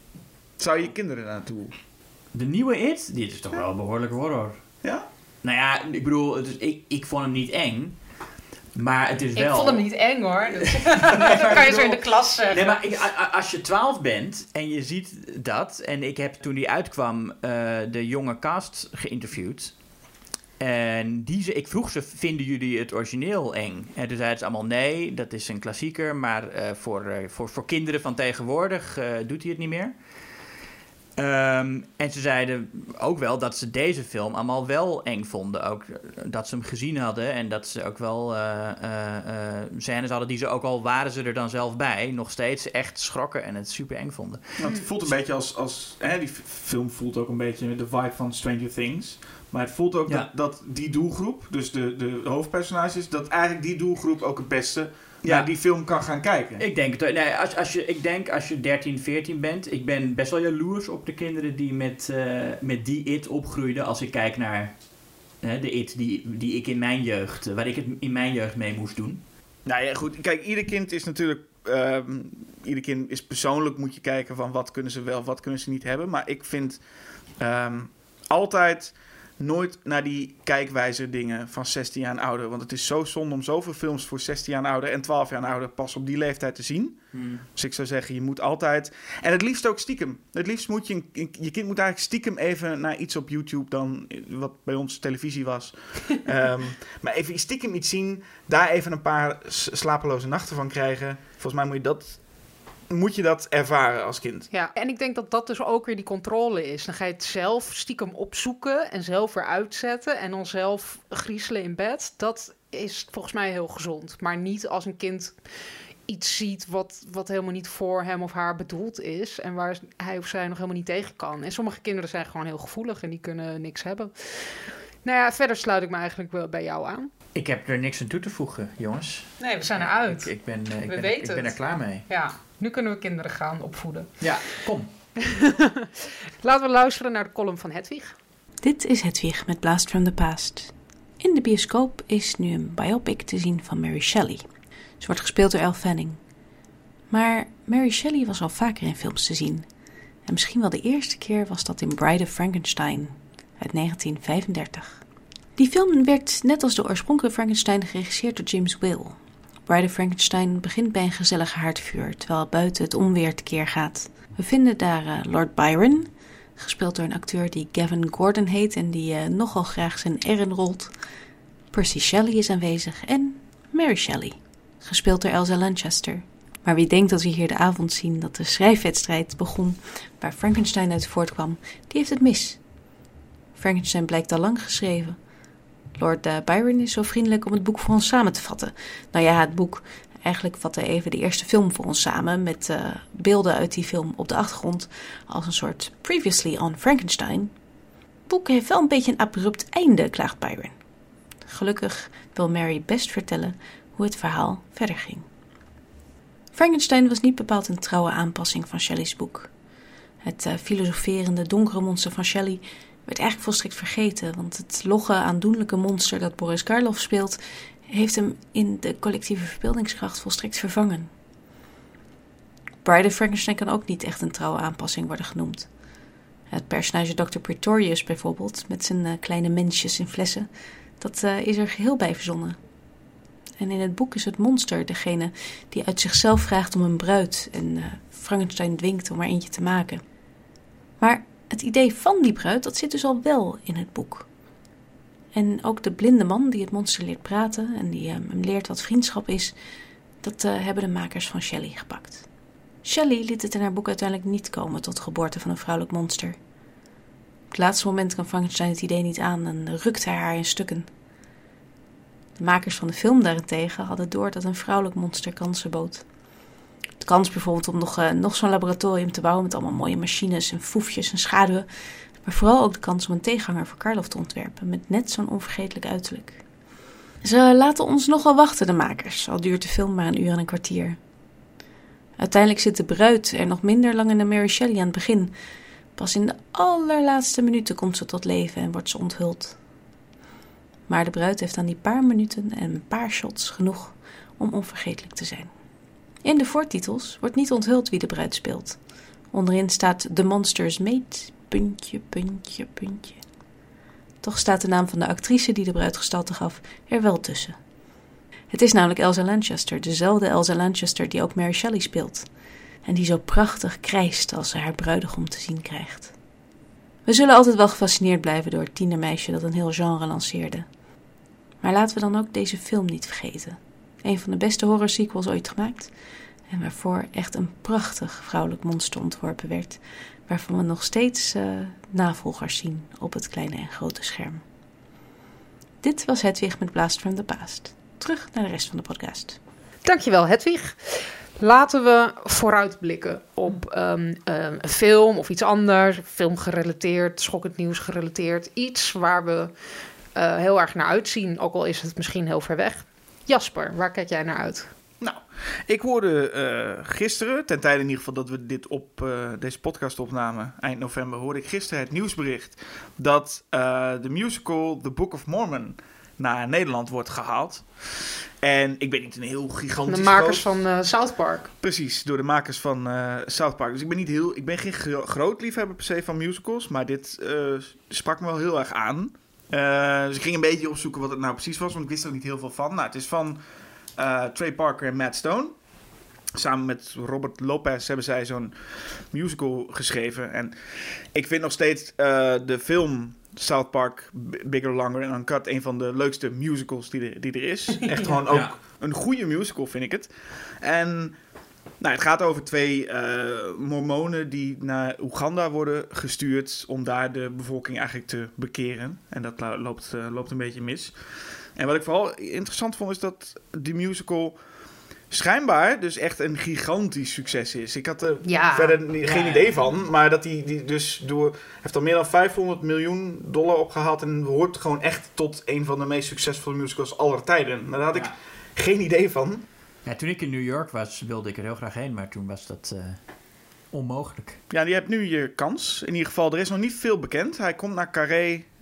Zou je je kinderen daar naartoe? De nieuwe It, die is toch wel behoorlijk horror. Ja? Nou ja, ik bedoel, het is, ik, ik vond hem niet eng. Maar het is wel... Ik vond hem niet eng hoor. Dus dat kan je zo in de klas zeggen. Nee, maar ik, a- a- als je twaalf bent en je ziet dat... En ik heb toen die uitkwam uh, de jonge cast geïnterviewd. En die ze, ik vroeg ze, vinden jullie het origineel eng? En toen zeiden ze allemaal nee, dat is een klassieker. Maar uh, voor, uh, voor, voor kinderen van tegenwoordig uh, doet hij het niet meer. Um, en ze zeiden ook wel dat ze deze film allemaal wel eng vonden. Ook dat ze hem gezien hadden en dat ze ook wel uh, uh, uh, scènes hadden die ze ook al waren ze er dan zelf bij, nog steeds echt schrokken en het super eng vonden. Nou, het voelt een beetje als, als hè, die f- film voelt ook een beetje de vibe van Stranger Things. Maar het voelt ook Ja. dat, dat die doelgroep, dus de, de hoofdpersonages, dat eigenlijk die doelgroep ook het beste Ja. naar die film kan gaan kijken. Ik denk, het- nee, als, als je, ik denk als je dertien, veertien bent, ik ben best wel jaloers op de kinderen die met, uh, met die It opgroeiden. Als ik kijk naar uh, de It die, die ik in mijn jeugd, uh, waar ik het in mijn jeugd mee moest doen. Nou ja, goed. Kijk, ieder kind is natuurlijk... Um, ieder kind is persoonlijk, moet je kijken van wat kunnen ze wel, wat kunnen ze niet hebben. Maar ik vind um, altijd nooit naar die kijkwijze dingen van zestien jaar en ouder. Want het is zo zonde om zoveel films voor zestien jaar en ouder en twaalf jaar en ouder pas op die leeftijd te zien. Hmm. Dus ik zou zeggen, je moet altijd... En het liefst ook stiekem. Het liefst moet je... Een, je kind moet eigenlijk stiekem even naar iets op YouTube dan... Wat bij ons televisie was. um, maar even stiekem iets zien. Daar even een paar slapeloze nachten van krijgen. Volgens mij moet je dat... Moet je dat ervaren als kind. Ja, en ik denk dat dat dus ook weer die controle is. Dan ga je het zelf stiekem opzoeken en zelf weer uitzetten en dan zelf griezelen in bed. Dat is volgens mij heel gezond. Maar niet als een kind iets ziet wat, wat helemaal niet voor hem of haar bedoeld is en waar hij of zij nog helemaal niet tegen kan. En sommige kinderen zijn gewoon heel gevoelig en die kunnen niks hebben. Nou ja, verder sluit ik me eigenlijk wel bij jou aan. Ik heb er niks aan toe te voegen, jongens. Nee, we zijn eruit. Ik, ik, ben, uh, ik, We ben, weten ik ben er het. klaar mee. Ja, nu kunnen we kinderen gaan opvoeden. Ja, kom. Laten we luisteren naar de column van Hedwig. Dit is Hedwig met Blast from the Past. In In de bioscoop is nu een biopic te zien van Mary Shelley. Ze wordt gespeeld door Elle Fanning. Maar Mary Shelley was al vaker in films te zien. En misschien wel de eerste keer was dat in Bride of Frankenstein uit negentien vijfendertig. Die film werd net als de oorspronkelijke Frankenstein geregisseerd door James Whale. Bride of Frankenstein begint bij een gezellig haardvuur, terwijl buiten het onweer tekeer gaat. We vinden daar uh, Lord Byron, gespeeld door een acteur die Gavin Gordon heet en die uh, nogal graag zijn R'en rolt. Percy Shelley is aanwezig en Mary Shelley, gespeeld door Elsa Lanchester. Maar wie denkt dat we hier de avond zien dat de schrijfwedstrijd begon waar Frankenstein uit voortkwam, die heeft het mis. Frankenstein blijkt al lang geschreven. Lord uh, Byron is zo vriendelijk om het boek voor ons samen te vatten. Nou ja, het boek. Eigenlijk vatte even de eerste film voor ons samen met uh, beelden uit die film op de achtergrond als een soort Previously on Frankenstein. Het boek heeft wel een beetje een abrupt einde, klaagt Byron. Gelukkig wil Mary best vertellen hoe het verhaal verder ging. Frankenstein was niet bepaald een trouwe aanpassing van Shelley's boek. Het uh, filosoferende, donkere monster van Shelley werd eigenlijk volstrekt vergeten, want het logge, aandoenlijke monster dat Boris Karloff speelt, heeft hem in de collectieve verbeeldingskracht volstrekt vervangen. Bride of Frankenstein kan ook niet echt een trouwe aanpassing worden genoemd. Het personage dokter Pretorius bijvoorbeeld, met zijn uh, kleine mensjes in flessen, dat uh, is er geheel bij verzonnen. En in het boek is het monster degene die uit zichzelf vraagt om een bruid en uh, Frankenstein dwingt om er eentje te maken. Maar het idee van die bruid, dat zit dus al wel in het boek. En ook de blinde man die het monster leert praten en die hem leert wat vriendschap is, dat uh, hebben de makers van Shelley gepakt. Shelley liet het in haar boek uiteindelijk niet komen tot de geboorte van een vrouwelijk monster. Op het laatste moment kan Frankenstein het idee niet aan en rukt hij haar in stukken. De makers van de film daarentegen hadden door dat een vrouwelijk monster kansen bood. De kans bijvoorbeeld om nog, uh, nog zo'n laboratorium te bouwen met allemaal mooie machines en foefjes en schaduwen, maar vooral ook de kans om een tegenhanger voor Karloff te ontwerpen met net zo'n onvergetelijk uiterlijk. Ze laten ons nogal wachten, de makers, al duurt de film maar een uur en een kwartier. Uiteindelijk zit de bruid er nog minder lang in dan Mary Shelley aan het begin. Pas in de allerlaatste minuten komt ze tot leven en wordt ze onthuld. Maar de bruid heeft aan die paar minuten en een paar shots genoeg om onvergetelijk te zijn. In de voortitels wordt niet onthuld wie de bruid speelt. Onderin staat The Monster's Mate, puntje, puntje, puntje. Toch staat de naam van de actrice die de bruid gestalte gaf er wel tussen. Het is namelijk Elsa Lanchester, dezelfde Elsa Lanchester die ook Mary Shelley speelt. En die zo prachtig krijst als ze haar bruidegom te zien krijgt. We zullen altijd wel gefascineerd blijven door het tienermeisje dat een heel genre lanceerde. Maar laten we dan ook deze film niet vergeten. Een van de beste horror sequels ooit gemaakt. En waarvoor echt een prachtig vrouwelijk monster ontworpen werd. Waarvan we nog steeds uh, navolgers zien op het kleine en grote scherm. Dit was Hedwig met Blast from the Past. Terug naar de rest van de podcast. Dankjewel, Hedwig. Laten we vooruitblikken op um, um, een film of iets anders. Film gerelateerd, schokkend nieuws gerelateerd. Iets waar we uh, heel erg naar uitzien, ook al is het misschien heel ver weg. Jasper, waar kijk jij naar uit? Nou, ik hoorde uh, gisteren, ten tijde in ieder geval dat we dit op uh, deze podcast opnamen, eind november, hoorde ik gisteren het nieuwsbericht dat uh, de musical The Book of Mormon naar Nederland wordt gehaald. En ik ben niet een heel gigantisch De makers groot... van uh, South Park. Precies, door de makers van uh, South Park. Dus ik ben, niet heel, ik ben geen gro- groot liefhebber per se van musicals, maar dit uh, sprak me wel heel erg aan. Uh, dus ik ging een beetje opzoeken wat het nou precies was, want ik wist er niet heel veel van. Nou, het is van uh, Trey Parker en Matt Stone. Samen met Robert Lopez hebben zij zo'n musical geschreven. En ik vind nog steeds uh, de film South Park, Bigger, Longer en Uncut een van de leukste musicals die er, die er is. Echt gewoon ook ja. een goede musical, vind ik het. En nou, het gaat over twee uh, mormonen die naar Oeganda worden gestuurd om daar de bevolking eigenlijk te bekeren. En dat loopt, uh, loopt een beetje mis. En wat ik vooral interessant vond is dat die musical schijnbaar dus echt een gigantisch succes is. Ik had er ja. verder geen ja. idee van, maar dat die, die dus door heeft al meer dan vijfhonderd miljoen dollar opgehaald en hoort gewoon echt tot een van de meest succesvolle musicals aller tijden. Maar daar had ja. ik geen idee van. Ja, toen ik in New York was, wilde ik er heel graag heen, maar toen was dat uh, onmogelijk. Ja, je hebt nu je kans. In ieder geval, er is nog niet veel bekend. Hij komt naar Carré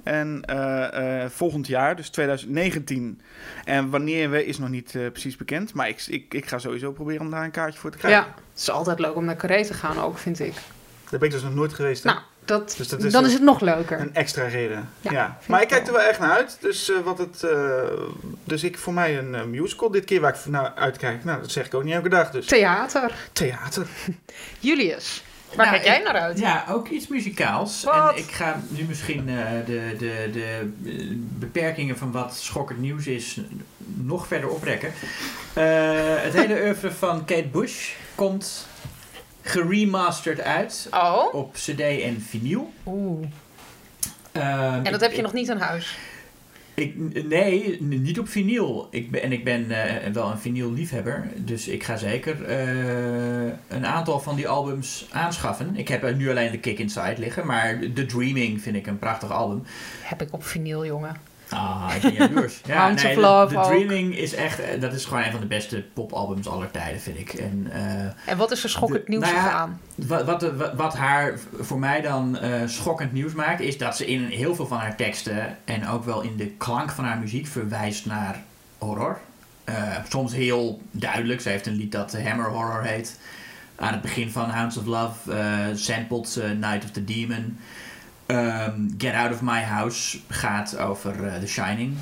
En uh, uh, volgend jaar, dus twintig negentien. En wanneer we is nog niet uh, precies bekend. Maar ik, ik, ik ga sowieso proberen om daar een kaartje voor te krijgen. Ja, het is altijd leuk om naar Carré te gaan ook, vind ik. Daar ben ik dus nog nooit geweest. Hè? Nou, dat, dus dat is dan is het nog leuker. Een extra reden. Ja, ja. Maar ik wel. kijk er wel echt naar uit. Dus, uh, wat het, uh, dus ik voor mij een uh, musical dit keer waar ik naar uitkijk. Nou, dat zeg ik ook niet elke dag. Dus. Theater. Theater. Julius, waar Nou, kijk jij ik- naar uit? Ja, ook iets muzikaals. Wat? En ik ga nu misschien uh, de, de, de uh, beperkingen van wat schokkend nieuws is nog verder oprekken. Uh, het hele oeuvre van Kate Bush komt geremasterd uit Oh, op cd en vinyl. oeh. Uh, En dat heb je nog niet in huis? Ik, nee, n- niet op vinyl. Ik ben, en ik ben uh, wel een vinyl-liefhebber. Dus ik ga zeker uh, een aantal van die albums aanschaffen. Ik heb er nu alleen de Kick Inside liggen. Maar The Dreaming vind ik een prachtig album. Heb ik op vinyl, jongen. Ah, ik ben jaloers. Hounds of The- Love The ook. Dreaming is echt... uh, dat is gewoon een van de beste popalbums aller tijden, vind ik. En, uh, En wat is er schokkend De- nieuws nou ja, aan? Wat, wat, wat, wat haar voor mij dan uh, schokkend nieuws maakt, is dat ze in heel veel van haar teksten en ook wel in de klank van haar muziek verwijst naar horror. Uh, soms heel duidelijk. Ze heeft een lied dat Hammer Horror heet. Aan het begin van Hounds of Love uh, sampled uh, Night of the Demon. Um, Get Out of My House gaat over uh, The Shining.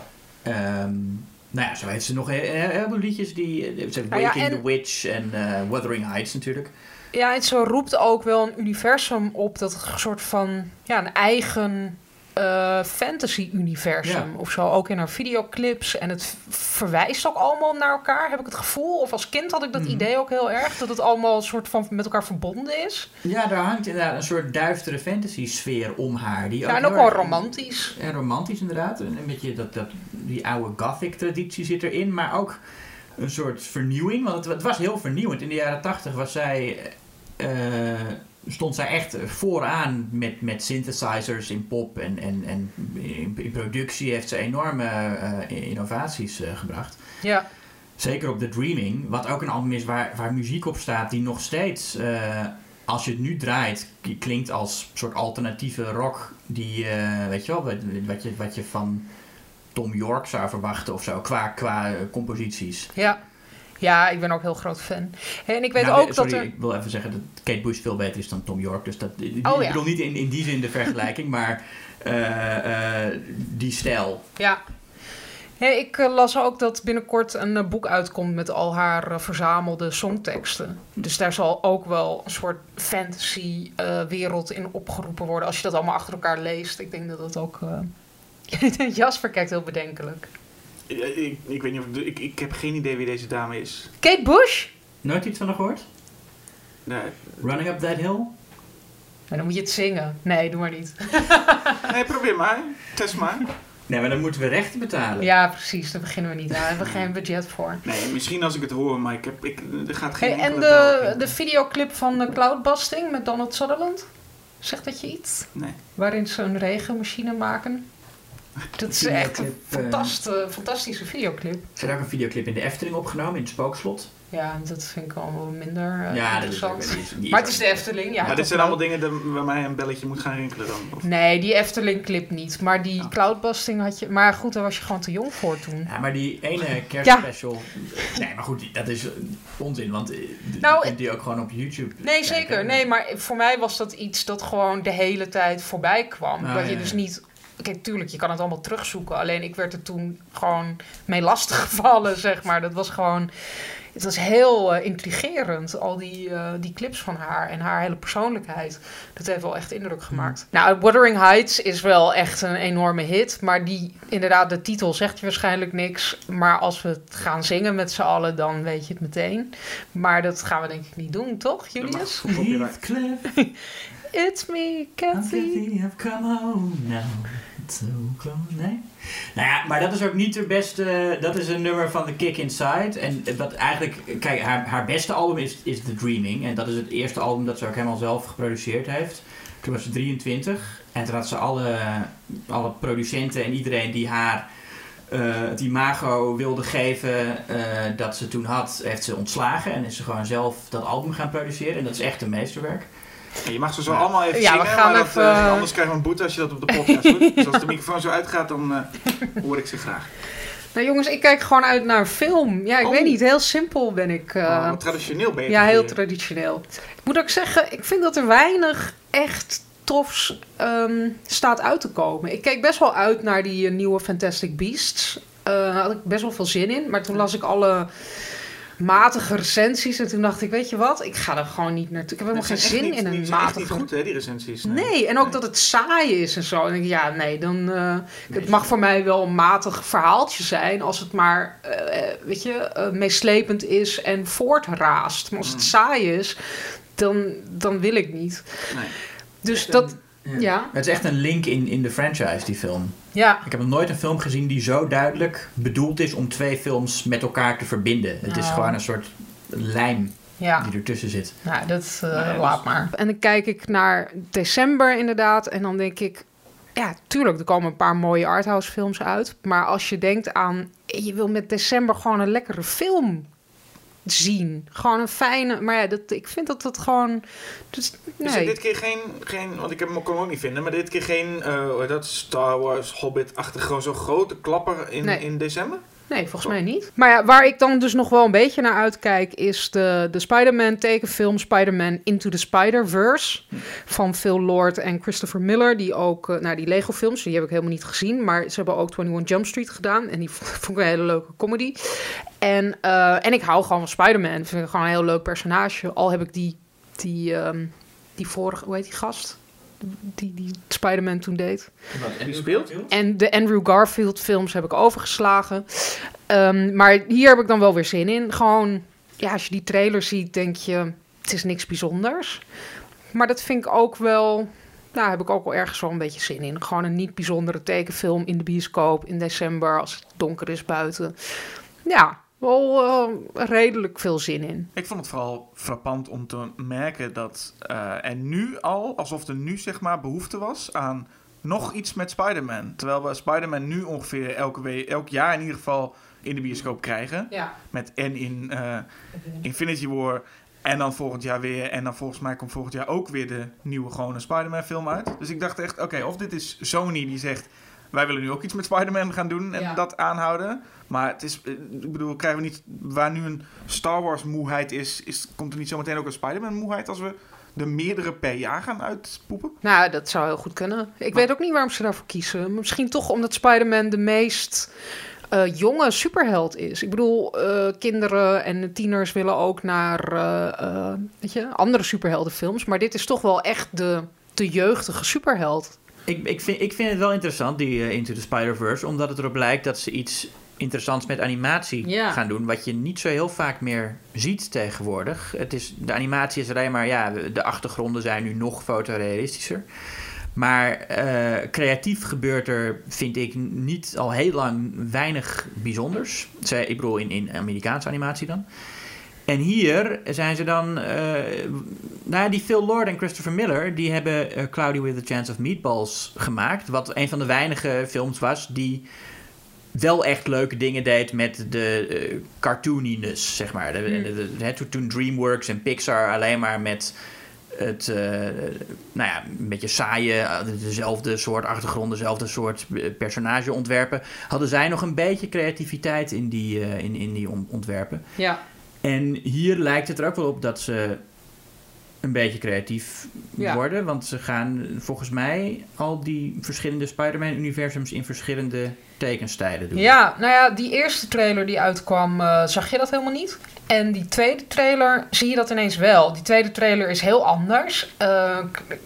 Um, nou ja, zo heeft ze nog heel, heel, heel veel liedjes die... Ze heeft Nou ja, Waking en- the Witch en uh, Wuthering Heights natuurlijk. Ja, en ze roept ook wel een universum op dat een soort van... Ja, een eigen uh, fantasy-universum Ja. of zo. Ook in haar videoclips. En het v- verwijst ook allemaal naar elkaar, heb ik het gevoel. Of als kind had ik dat Mhm. idee ook heel erg. Dat het allemaal een soort van met elkaar verbonden is. Ja, daar hangt inderdaad een soort duistere fantasy-sfeer om haar. Die Ja, en heel ook wel erg- romantisch. En romantisch inderdaad. Een een beetje dat, dat, die oude gothic-traditie zit erin. Maar ook een soort vernieuwing. Want het, het was heel vernieuwend. In de jaren tachtig was zij... Uh, stond zij echt vooraan met, met synthesizers in pop en, en, en in, in productie heeft ze enorme uh, innovaties uh, gebracht. Ja. Zeker op The Dreaming, wat ook een album is waar, waar muziek op staat die nog steeds, uh, als je het nu draait, k- klinkt als soort alternatieve rock die, uh, weet je wel, wat, wat, je, wat je van Tom York zou verwachten of zo, qua, qua uh, composities. Ja. Ja, ik ben ook heel groot fan. En ik weet Nou, ook sorry, dat er... ik wil even zeggen dat Kate Bush veel beter is dan Tom York. Dus dat, die, Oh, ik ja. bedoel niet in, in die zin de vergelijking, maar uh, uh, die stijl. Ja. Hey, ik uh, las ook dat binnenkort een uh, boek uitkomt met al haar uh, verzamelde songteksten. Dus daar zal ook wel een soort fantasy uh, wereld in opgeroepen worden. Als je dat allemaal achter elkaar leest. Ik denk dat dat ook... Uh... Jasper kijkt heel bedenkelijk. Ik, ik, ik weet niet of ik, ik... Ik heb geen idee wie deze dame is. Kate Bush? Nooit iets van haar gehoord? Nee, Running Up That Hill? Nou, dan moet je het zingen. Nee, doe maar niet. nee probeer maar. Test maar. Nee, maar dan moeten we rechten betalen. Ja, precies. Daar beginnen we niet aan. Daar hebben we geen budget voor. Nee, misschien als ik het hoor, maar ik heb, ik, er gaat geen Hey, en enkele bel de, in. de videoclip van uh, Cloudbusting met Donald Sutherland? Zegt dat je iets? Nee. Waarin ze een regenmachine maken. Dat is echt een Videoclip, uh, fantast, uh, fantastische videoclip. Ze hebben ook een videoclip in de Efteling opgenomen, in het Spookslot. Ja, dat vind ik allemaal minder uh, ja, dat is ook... interessant. Die is, die is Maar het ook- is de Efteling, ja. maar dit toch zijn wel. allemaal dingen de- waar mij een belletje moet gaan rinkelen dan. Of- Nee, die Efteling-clip niet. Maar die Oh. Cloudbusting had je... Maar goed, daar was je gewoon te jong voor toen. Ja, maar die ene kerstspecial... Nee, maar goed, die- dat is uh, onzin, want uh, d- Nou, je kunt die ook gewoon op YouTube Nee, kijken. zeker. Nee, maar voor mij was dat iets dat gewoon de hele tijd voorbij kwam. Ah, dat ja, je dus ja. niet... Kijk, tuurlijk, je kan het allemaal terugzoeken. Alleen ik werd er toen gewoon mee lastiggevallen, zeg maar. Dat was gewoon... Het was heel uh, intrigerend, al die, uh, die clips van haar en haar hele persoonlijkheid. Dat heeft wel echt indruk gemaakt. Nou, Wuthering Heights is wel echt een enorme hit. Maar die, inderdaad, de titel zegt je waarschijnlijk niks. Maar als we het gaan zingen met z'n allen, dan weet je het meteen. Maar dat gaan we denk ik niet doen, toch, Julius? Goed op je rij. Heathcliff, It's me, Cathy. I've come home now. It's so close. Nee? Nou ja, maar dat is ook niet de beste... Dat is een nummer van The Kick Inside. En wat eigenlijk... Kijk, haar, haar beste album is, is The Dreaming. En dat is het eerste album dat ze ook helemaal zelf geproduceerd heeft. Toen was ze drieëntwintig. En toen had ze alle, alle producenten en iedereen die haar... Uh, het imago wilde geven uh, dat ze toen had, heeft ze ontslagen. En is ze gewoon zelf dat album gaan produceren. En dat is echt een meesterwerk. Ja, je mag ze zo allemaal even Ja, we zingen, gaan maar even, dat, uh, uh... anders krijgen we een boete als je dat op de podcast doet. Dus als de microfoon zo uitgaat, dan uh, hoor ik ze graag. Nou jongens, ik kijk gewoon uit naar een film. Ja, ik oh. weet niet, heel simpel ben ik. Uh... Oh, wat traditioneel ben je. Ja, heel hier. traditioneel. Ik moet ook zeggen, ik vind dat er weinig echt tofs um, staat uit te komen. Ik keek best wel uit naar die uh, nieuwe Fantastic Beasts. Uh, daar had ik best wel veel zin in. Maar toen las ik alle matige recensies. En toen dacht ik, weet je wat? Ik ga er gewoon niet naartoe. Ik heb helemaal geen zin niet, in een die matige... Die zijn echt niet goed, hè, die recensies. Nee, nee en ook nee. dat het saai is en zo. En dan denk ik, ja, nee, dan... Uh, nee, het mag voor mij wel een matig verhaaltje zijn... als het maar, uh, weet je, uh, meeslepend is en voortraast. Maar als het saai is, dan, dan wil ik niet. Nee. Dus dat... Ja. Ja. Het is echt een link in, in de franchise, die film. Ja. Ik heb nog nooit een film gezien die zo duidelijk bedoeld is om twee films met elkaar te verbinden. Het oh. is gewoon een soort lijm ja. die ertussen zit. Nou, dat uh, nee, laat dus... maar. En dan kijk ik naar december inderdaad en dan denk ik... Ja, tuurlijk, er komen een paar mooie arthouse films uit. Maar als je denkt aan... Je wil met december gewoon een lekkere film zien. Gewoon een fijne... Maar ja, dat, ik vind dat dat gewoon... Dus, nee. Is er dit keer geen... geen want ik heb hem kon ook niet vinden... maar dit keer geen... Uh, dat Star Wars, Hobbit-achtige... zo'n grote klapper in, nee. in december? Nee, volgens mij niet. Maar ja, waar ik dan dus nog wel een beetje naar uitkijk... is de, de Spider-Man tekenfilm... Spider-Man Into the Spider-Verse... van Phil Lord en Christopher Miller... die ook... Uh, nou, die Lego-films, die heb ik helemaal niet gezien... maar ze hebben ook eenentwintig Jump Street gedaan... en die vond ik een hele leuke comedy. En, uh, en ik hou gewoon van Spider-Man. Ik vind het gewoon een heel leuk personage. Al heb ik die... die, um, die vorige... Hoe heet die gast? Die, die Spider-Man toen deed. En die speelt? En de Andrew Garfield films heb ik overgeslagen. Um, maar hier heb ik dan wel weer zin in. Gewoon, ja, als je die trailer ziet, denk je... het is niks bijzonders. Maar dat vind ik ook wel... Nou, heb ik ook wel ergens wel een beetje zin in. Gewoon een niet bijzondere tekenfilm in de bioscoop in december... als het donker is buiten. Ja... wel uh, redelijk veel zin in. Ik vond het vooral frappant om te merken dat uh, er nu al, alsof er nu zeg maar behoefte was aan nog iets met Spider-Man. Terwijl we Spider-Man nu ongeveer elke week, elk jaar in ieder geval in de bioscoop krijgen. Ja. Met en in uh, Infinity War en dan volgend jaar weer. En dan volgens mij komt volgend jaar ook weer de nieuwe gewone Spider-Man film uit. Dus ik dacht echt, oké, okay, of dit is Sony die zegt... wij willen nu ook iets met Spider-Man gaan doen en ja. dat aanhouden. Maar het is, ik bedoel, krijgen we niet... waar nu een Star Wars moeheid is... is komt er niet zometeen ook een Spider-Man moeheid... als we er meerdere per jaar gaan uitpoepen? Nou, dat zou heel goed kunnen. Ik maar, weet ook niet waarom ze daarvoor kiezen. Misschien toch omdat Spider-Man de meest... Uh, jonge superheld is. Ik bedoel, uh, kinderen en tieners willen ook naar uh, uh, weet je, andere superheldenfilms. Maar dit is toch wel echt de, de jeugdige superheld. Ik, ik, vind, ik vind het wel interessant, die uh, Into the Spider-Verse, omdat het erop lijkt dat ze iets interessants met animatie ja. gaan doen, wat je niet zo heel vaak meer ziet tegenwoordig. Het is, de animatie is alleen maar, ja, de achtergronden zijn nu nog fotorealistischer. Maar uh, creatief gebeurt er, vind ik, niet al heel lang weinig bijzonders. Zij, ik bedoel, in, in Amerikaanse animatie dan. En hier zijn ze dan... Uh, nou, die Phil Lord en Christopher Miller... die hebben uh, Cloudy with a Chance of Meatballs gemaakt. Wat een van de weinige films was... die wel echt leuke dingen deed met de uh, cartooniness, zeg maar. De, mm. de, de, de, de, toen DreamWorks en Pixar alleen maar met... het, uh, nou ja, een beetje saaie, dezelfde soort achtergrond, dezelfde soort personage ontwerpen... hadden zij nog een beetje creativiteit in die, uh, in, in die ontwerpen. Ja. En hier lijkt het er ook wel op dat ze een beetje creatief ja. worden. Want ze gaan volgens mij al die verschillende Spider-Man-universums in verschillende tekenstijlen doen. Ja, nou ja, die eerste trailer die uitkwam, uh, zag je dat helemaal niet. En die tweede trailer zie je dat ineens wel. Die tweede trailer is heel anders. Uh,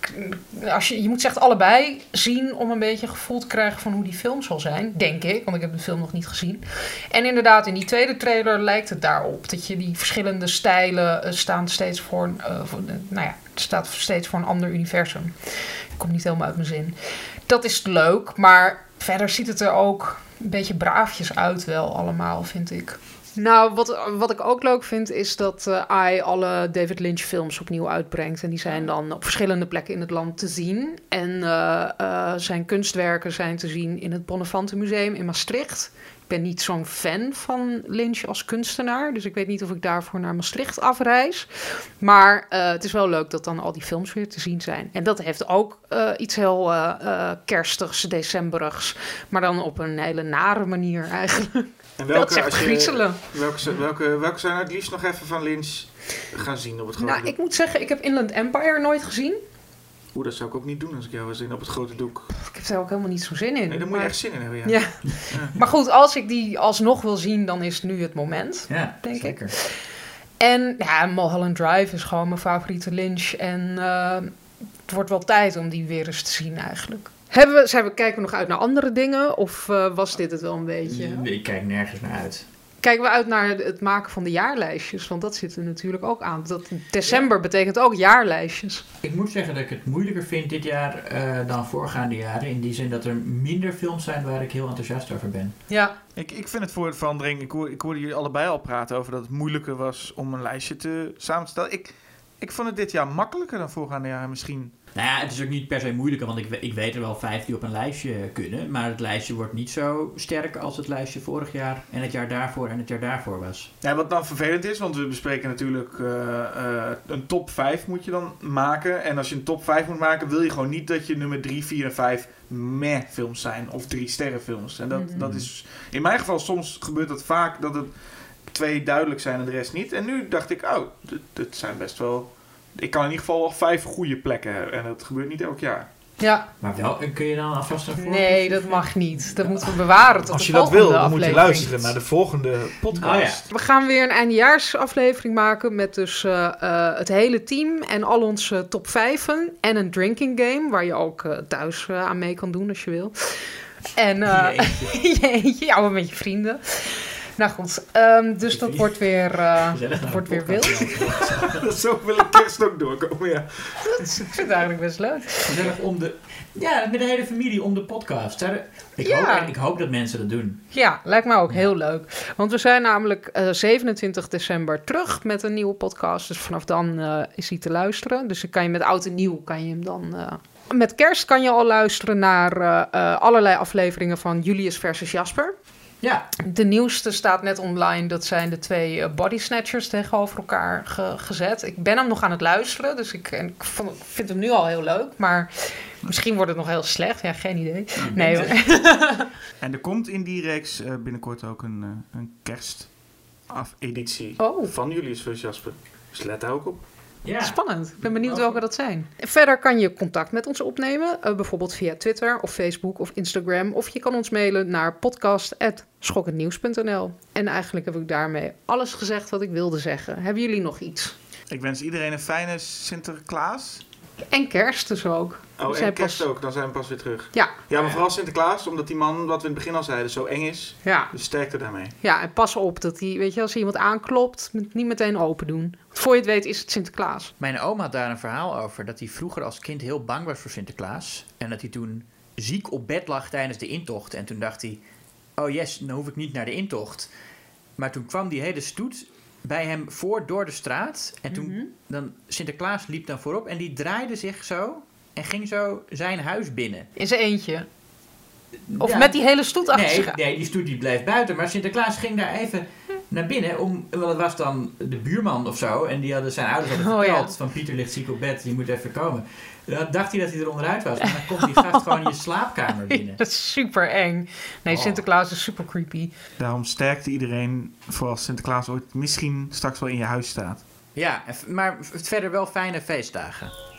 als je, je moet ze echt allebei zien om een beetje een gevoel te krijgen van hoe die film zal zijn. Denk ik, want ik heb de film nog niet gezien. En inderdaad, in die tweede trailer lijkt het daarop. Dat je die verschillende stijlen uh, staan steeds voor, uh, voor uh, nou ja, het staat steeds voor een ander universum. Ik kom niet helemaal uit mijn zin. Dat is leuk, maar verder ziet het er ook een beetje braafjes uit wel allemaal, vind ik. Nou, wat, wat ik ook leuk vind is dat uh, I alle David Lynch films opnieuw uitbrengt. En die zijn dan op verschillende plekken in het land te zien. En uh, uh, zijn kunstwerken zijn te zien in het Bonnefante Museum in Maastricht. ben niet zo'n fan van Lynch als kunstenaar. Dus ik weet niet of ik daarvoor naar Maastricht afreis. Maar uh, het is wel leuk dat dan al die films weer te zien zijn. En dat heeft ook uh, iets heel uh, uh, kerstigs, decemberigs. Maar dan op een hele nare manier eigenlijk. En welke, dat is echt griezelen. Welke, welke, welke zijn het liefst nog even van Lynch gaan zien op het grote Nou, doek? ik moet zeggen, ik heb Inland Empire nooit gezien. Oeh, dat zou ik ook niet doen als ik jou was in op het grote doek. Ik heb daar ook helemaal niet zo zin in. Nee, daar moet maar... je echt zin in hebben, ja. ja. ja. Maar goed, als ik die alsnog wil zien, dan is nu het moment, Ja, denk zeker. ik. En ja, Mulholland Drive is gewoon mijn favoriete Lynch. En uh, het wordt wel tijd om die weer eens te zien eigenlijk. Hebben we, zijn we, kijken we nog uit naar andere dingen? Of uh, was dit het wel een beetje? Ik kijk nergens naar uit. Kijken we uit naar het maken van de jaarlijstjes? Want dat zit er natuurlijk ook aan. Dat december ja. betekent ook jaarlijstjes. Ik moet zeggen dat ik het moeilijker vind dit jaar uh, dan voorgaande jaren. In die zin dat er minder films zijn waar ik heel enthousiast over ben. Ja. Ik, ik vind het voor de verandering... Ik, hoor, ik hoorde jullie allebei al praten over dat het moeilijker was om een lijstje te samen te stellen. Ik, ik vond het dit jaar makkelijker dan voorgaande jaren misschien. Nou ja, het is ook niet per se moeilijker, want ik, ik weet er wel vijf die op een lijstje kunnen. Maar het lijstje wordt niet zo sterk als het lijstje vorig jaar en het jaar daarvoor en het jaar daarvoor was. Ja, wat dan vervelend is, want we bespreken natuurlijk uh, uh, een top vijf moet je dan maken. En als je een top vijf moet maken, wil je gewoon niet dat je nummer drie, vier en vijf meh films zijn of drie sterrenfilms. En dat, mm-hmm. dat is, in mijn geval soms gebeurt dat vaak dat het twee duidelijk zijn en de rest niet. En nu dacht ik, oh, dit, dit zijn best wel... Ik kan in ieder geval al vijf goede plekken hebben. En dat gebeurt niet elk jaar. Ja. Maar wel, kun je dan alvast een voorbeeld? Nee, dat mag niet. Dat moeten we bewaren tot Als de je dat volgende wil, dan aflevering. moet je luisteren naar de volgende podcast. Oh, ja. We gaan weer een eindejaarsaflevering maken met dus uh, uh, het hele team en al onze top vijven. En een drinking game, waar je ook uh, thuis uh, aan mee kan doen als je wil. En uh, jeetje, ja, met je vrienden. Nou goed, um, dus dat wordt weer, uh, dat wordt weer wild. Zo wil ik kerst ook doorkomen, ja. Dat is, ik vind het eigenlijk best leuk. Gezellig om de... Ja, met de hele familie om de podcast. Ik, ja. hoop, ik hoop dat mensen dat doen. Ja, lijkt me ook ja. heel leuk. Want we zijn namelijk uh, zevenentwintig december terug met een nieuwe podcast. Dus vanaf dan uh, is hij te luisteren. Dus dan kan je met oud en nieuw kan je hem dan... Uh... Met kerst kan je al luisteren naar uh, uh, allerlei afleveringen van Julius versus Jasper. Ja. De nieuwste staat net online. Dat zijn de twee uh, body snatchers tegenover elkaar ge- gezet. Ik ben hem nog aan het luisteren. Dus ik, en ik, vond, ik vind hem nu al heel leuk. Maar misschien wordt het nog heel slecht. Ja, geen idee. Ja, nee hoor. En er komt in die reeks uh, binnenkort ook een, uh, een kersteditie oh. van Julius versus Jasper. Dus let daar ook op. Ja. Spannend. Ik ben benieuwd welke dat zijn. Verder kan je contact met ons opnemen. Uh, bijvoorbeeld via Twitter of Facebook of Instagram. Of je kan ons mailen naar podcast at schokkendnieuws punt n l. En eigenlijk heb ik daarmee alles gezegd wat ik wilde zeggen. Hebben jullie nog iets? Ik wens iedereen een fijne Sinterklaas. En kerst dus ook. Oh, en kerst pas... ook. Dan zijn we pas weer terug. Ja. Ja, maar vooral Sinterklaas, omdat die man, wat we in het begin al zeiden, zo eng is. Ja. Dus sterkte daarmee. Ja, en pas op dat hij, weet je, als er iemand aanklopt, niet meteen open doen. Want voor je het weet is het Sinterklaas. Mijn oom had daar een verhaal over dat hij vroeger als kind heel bang was voor Sinterklaas. En dat hij toen ziek op bed lag tijdens de intocht. En toen dacht hij, oh yes, dan hoef ik niet naar de intocht. Maar toen kwam die hele stoet bij hem voor door de straat. En toen, mm-hmm. dan Sinterklaas liep dan voorop en die draaide zich zo en ging zo zijn huis binnen. In zijn eentje? Of ja. met die hele stoet achter nee, zich? Nee, die stoet die bleef buiten. Maar Sinterklaas ging daar even naar binnen. Om, want het was dan de buurman of zo. En die hadden zijn ouders hadden oh, verteld ja. van Pieter ligt ziek op bed, je moet even komen. Dan dacht hij dat hij er onderuit was. Maar dan komt die gast gewoon in je slaapkamer binnen. Dat is super eng. Nee, oh. Sinterklaas is super creepy. Daarom sterkte iedereen voor als Sinterklaas ooit misschien straks wel in je huis staat. Ja, maar verder wel fijne feestdagen.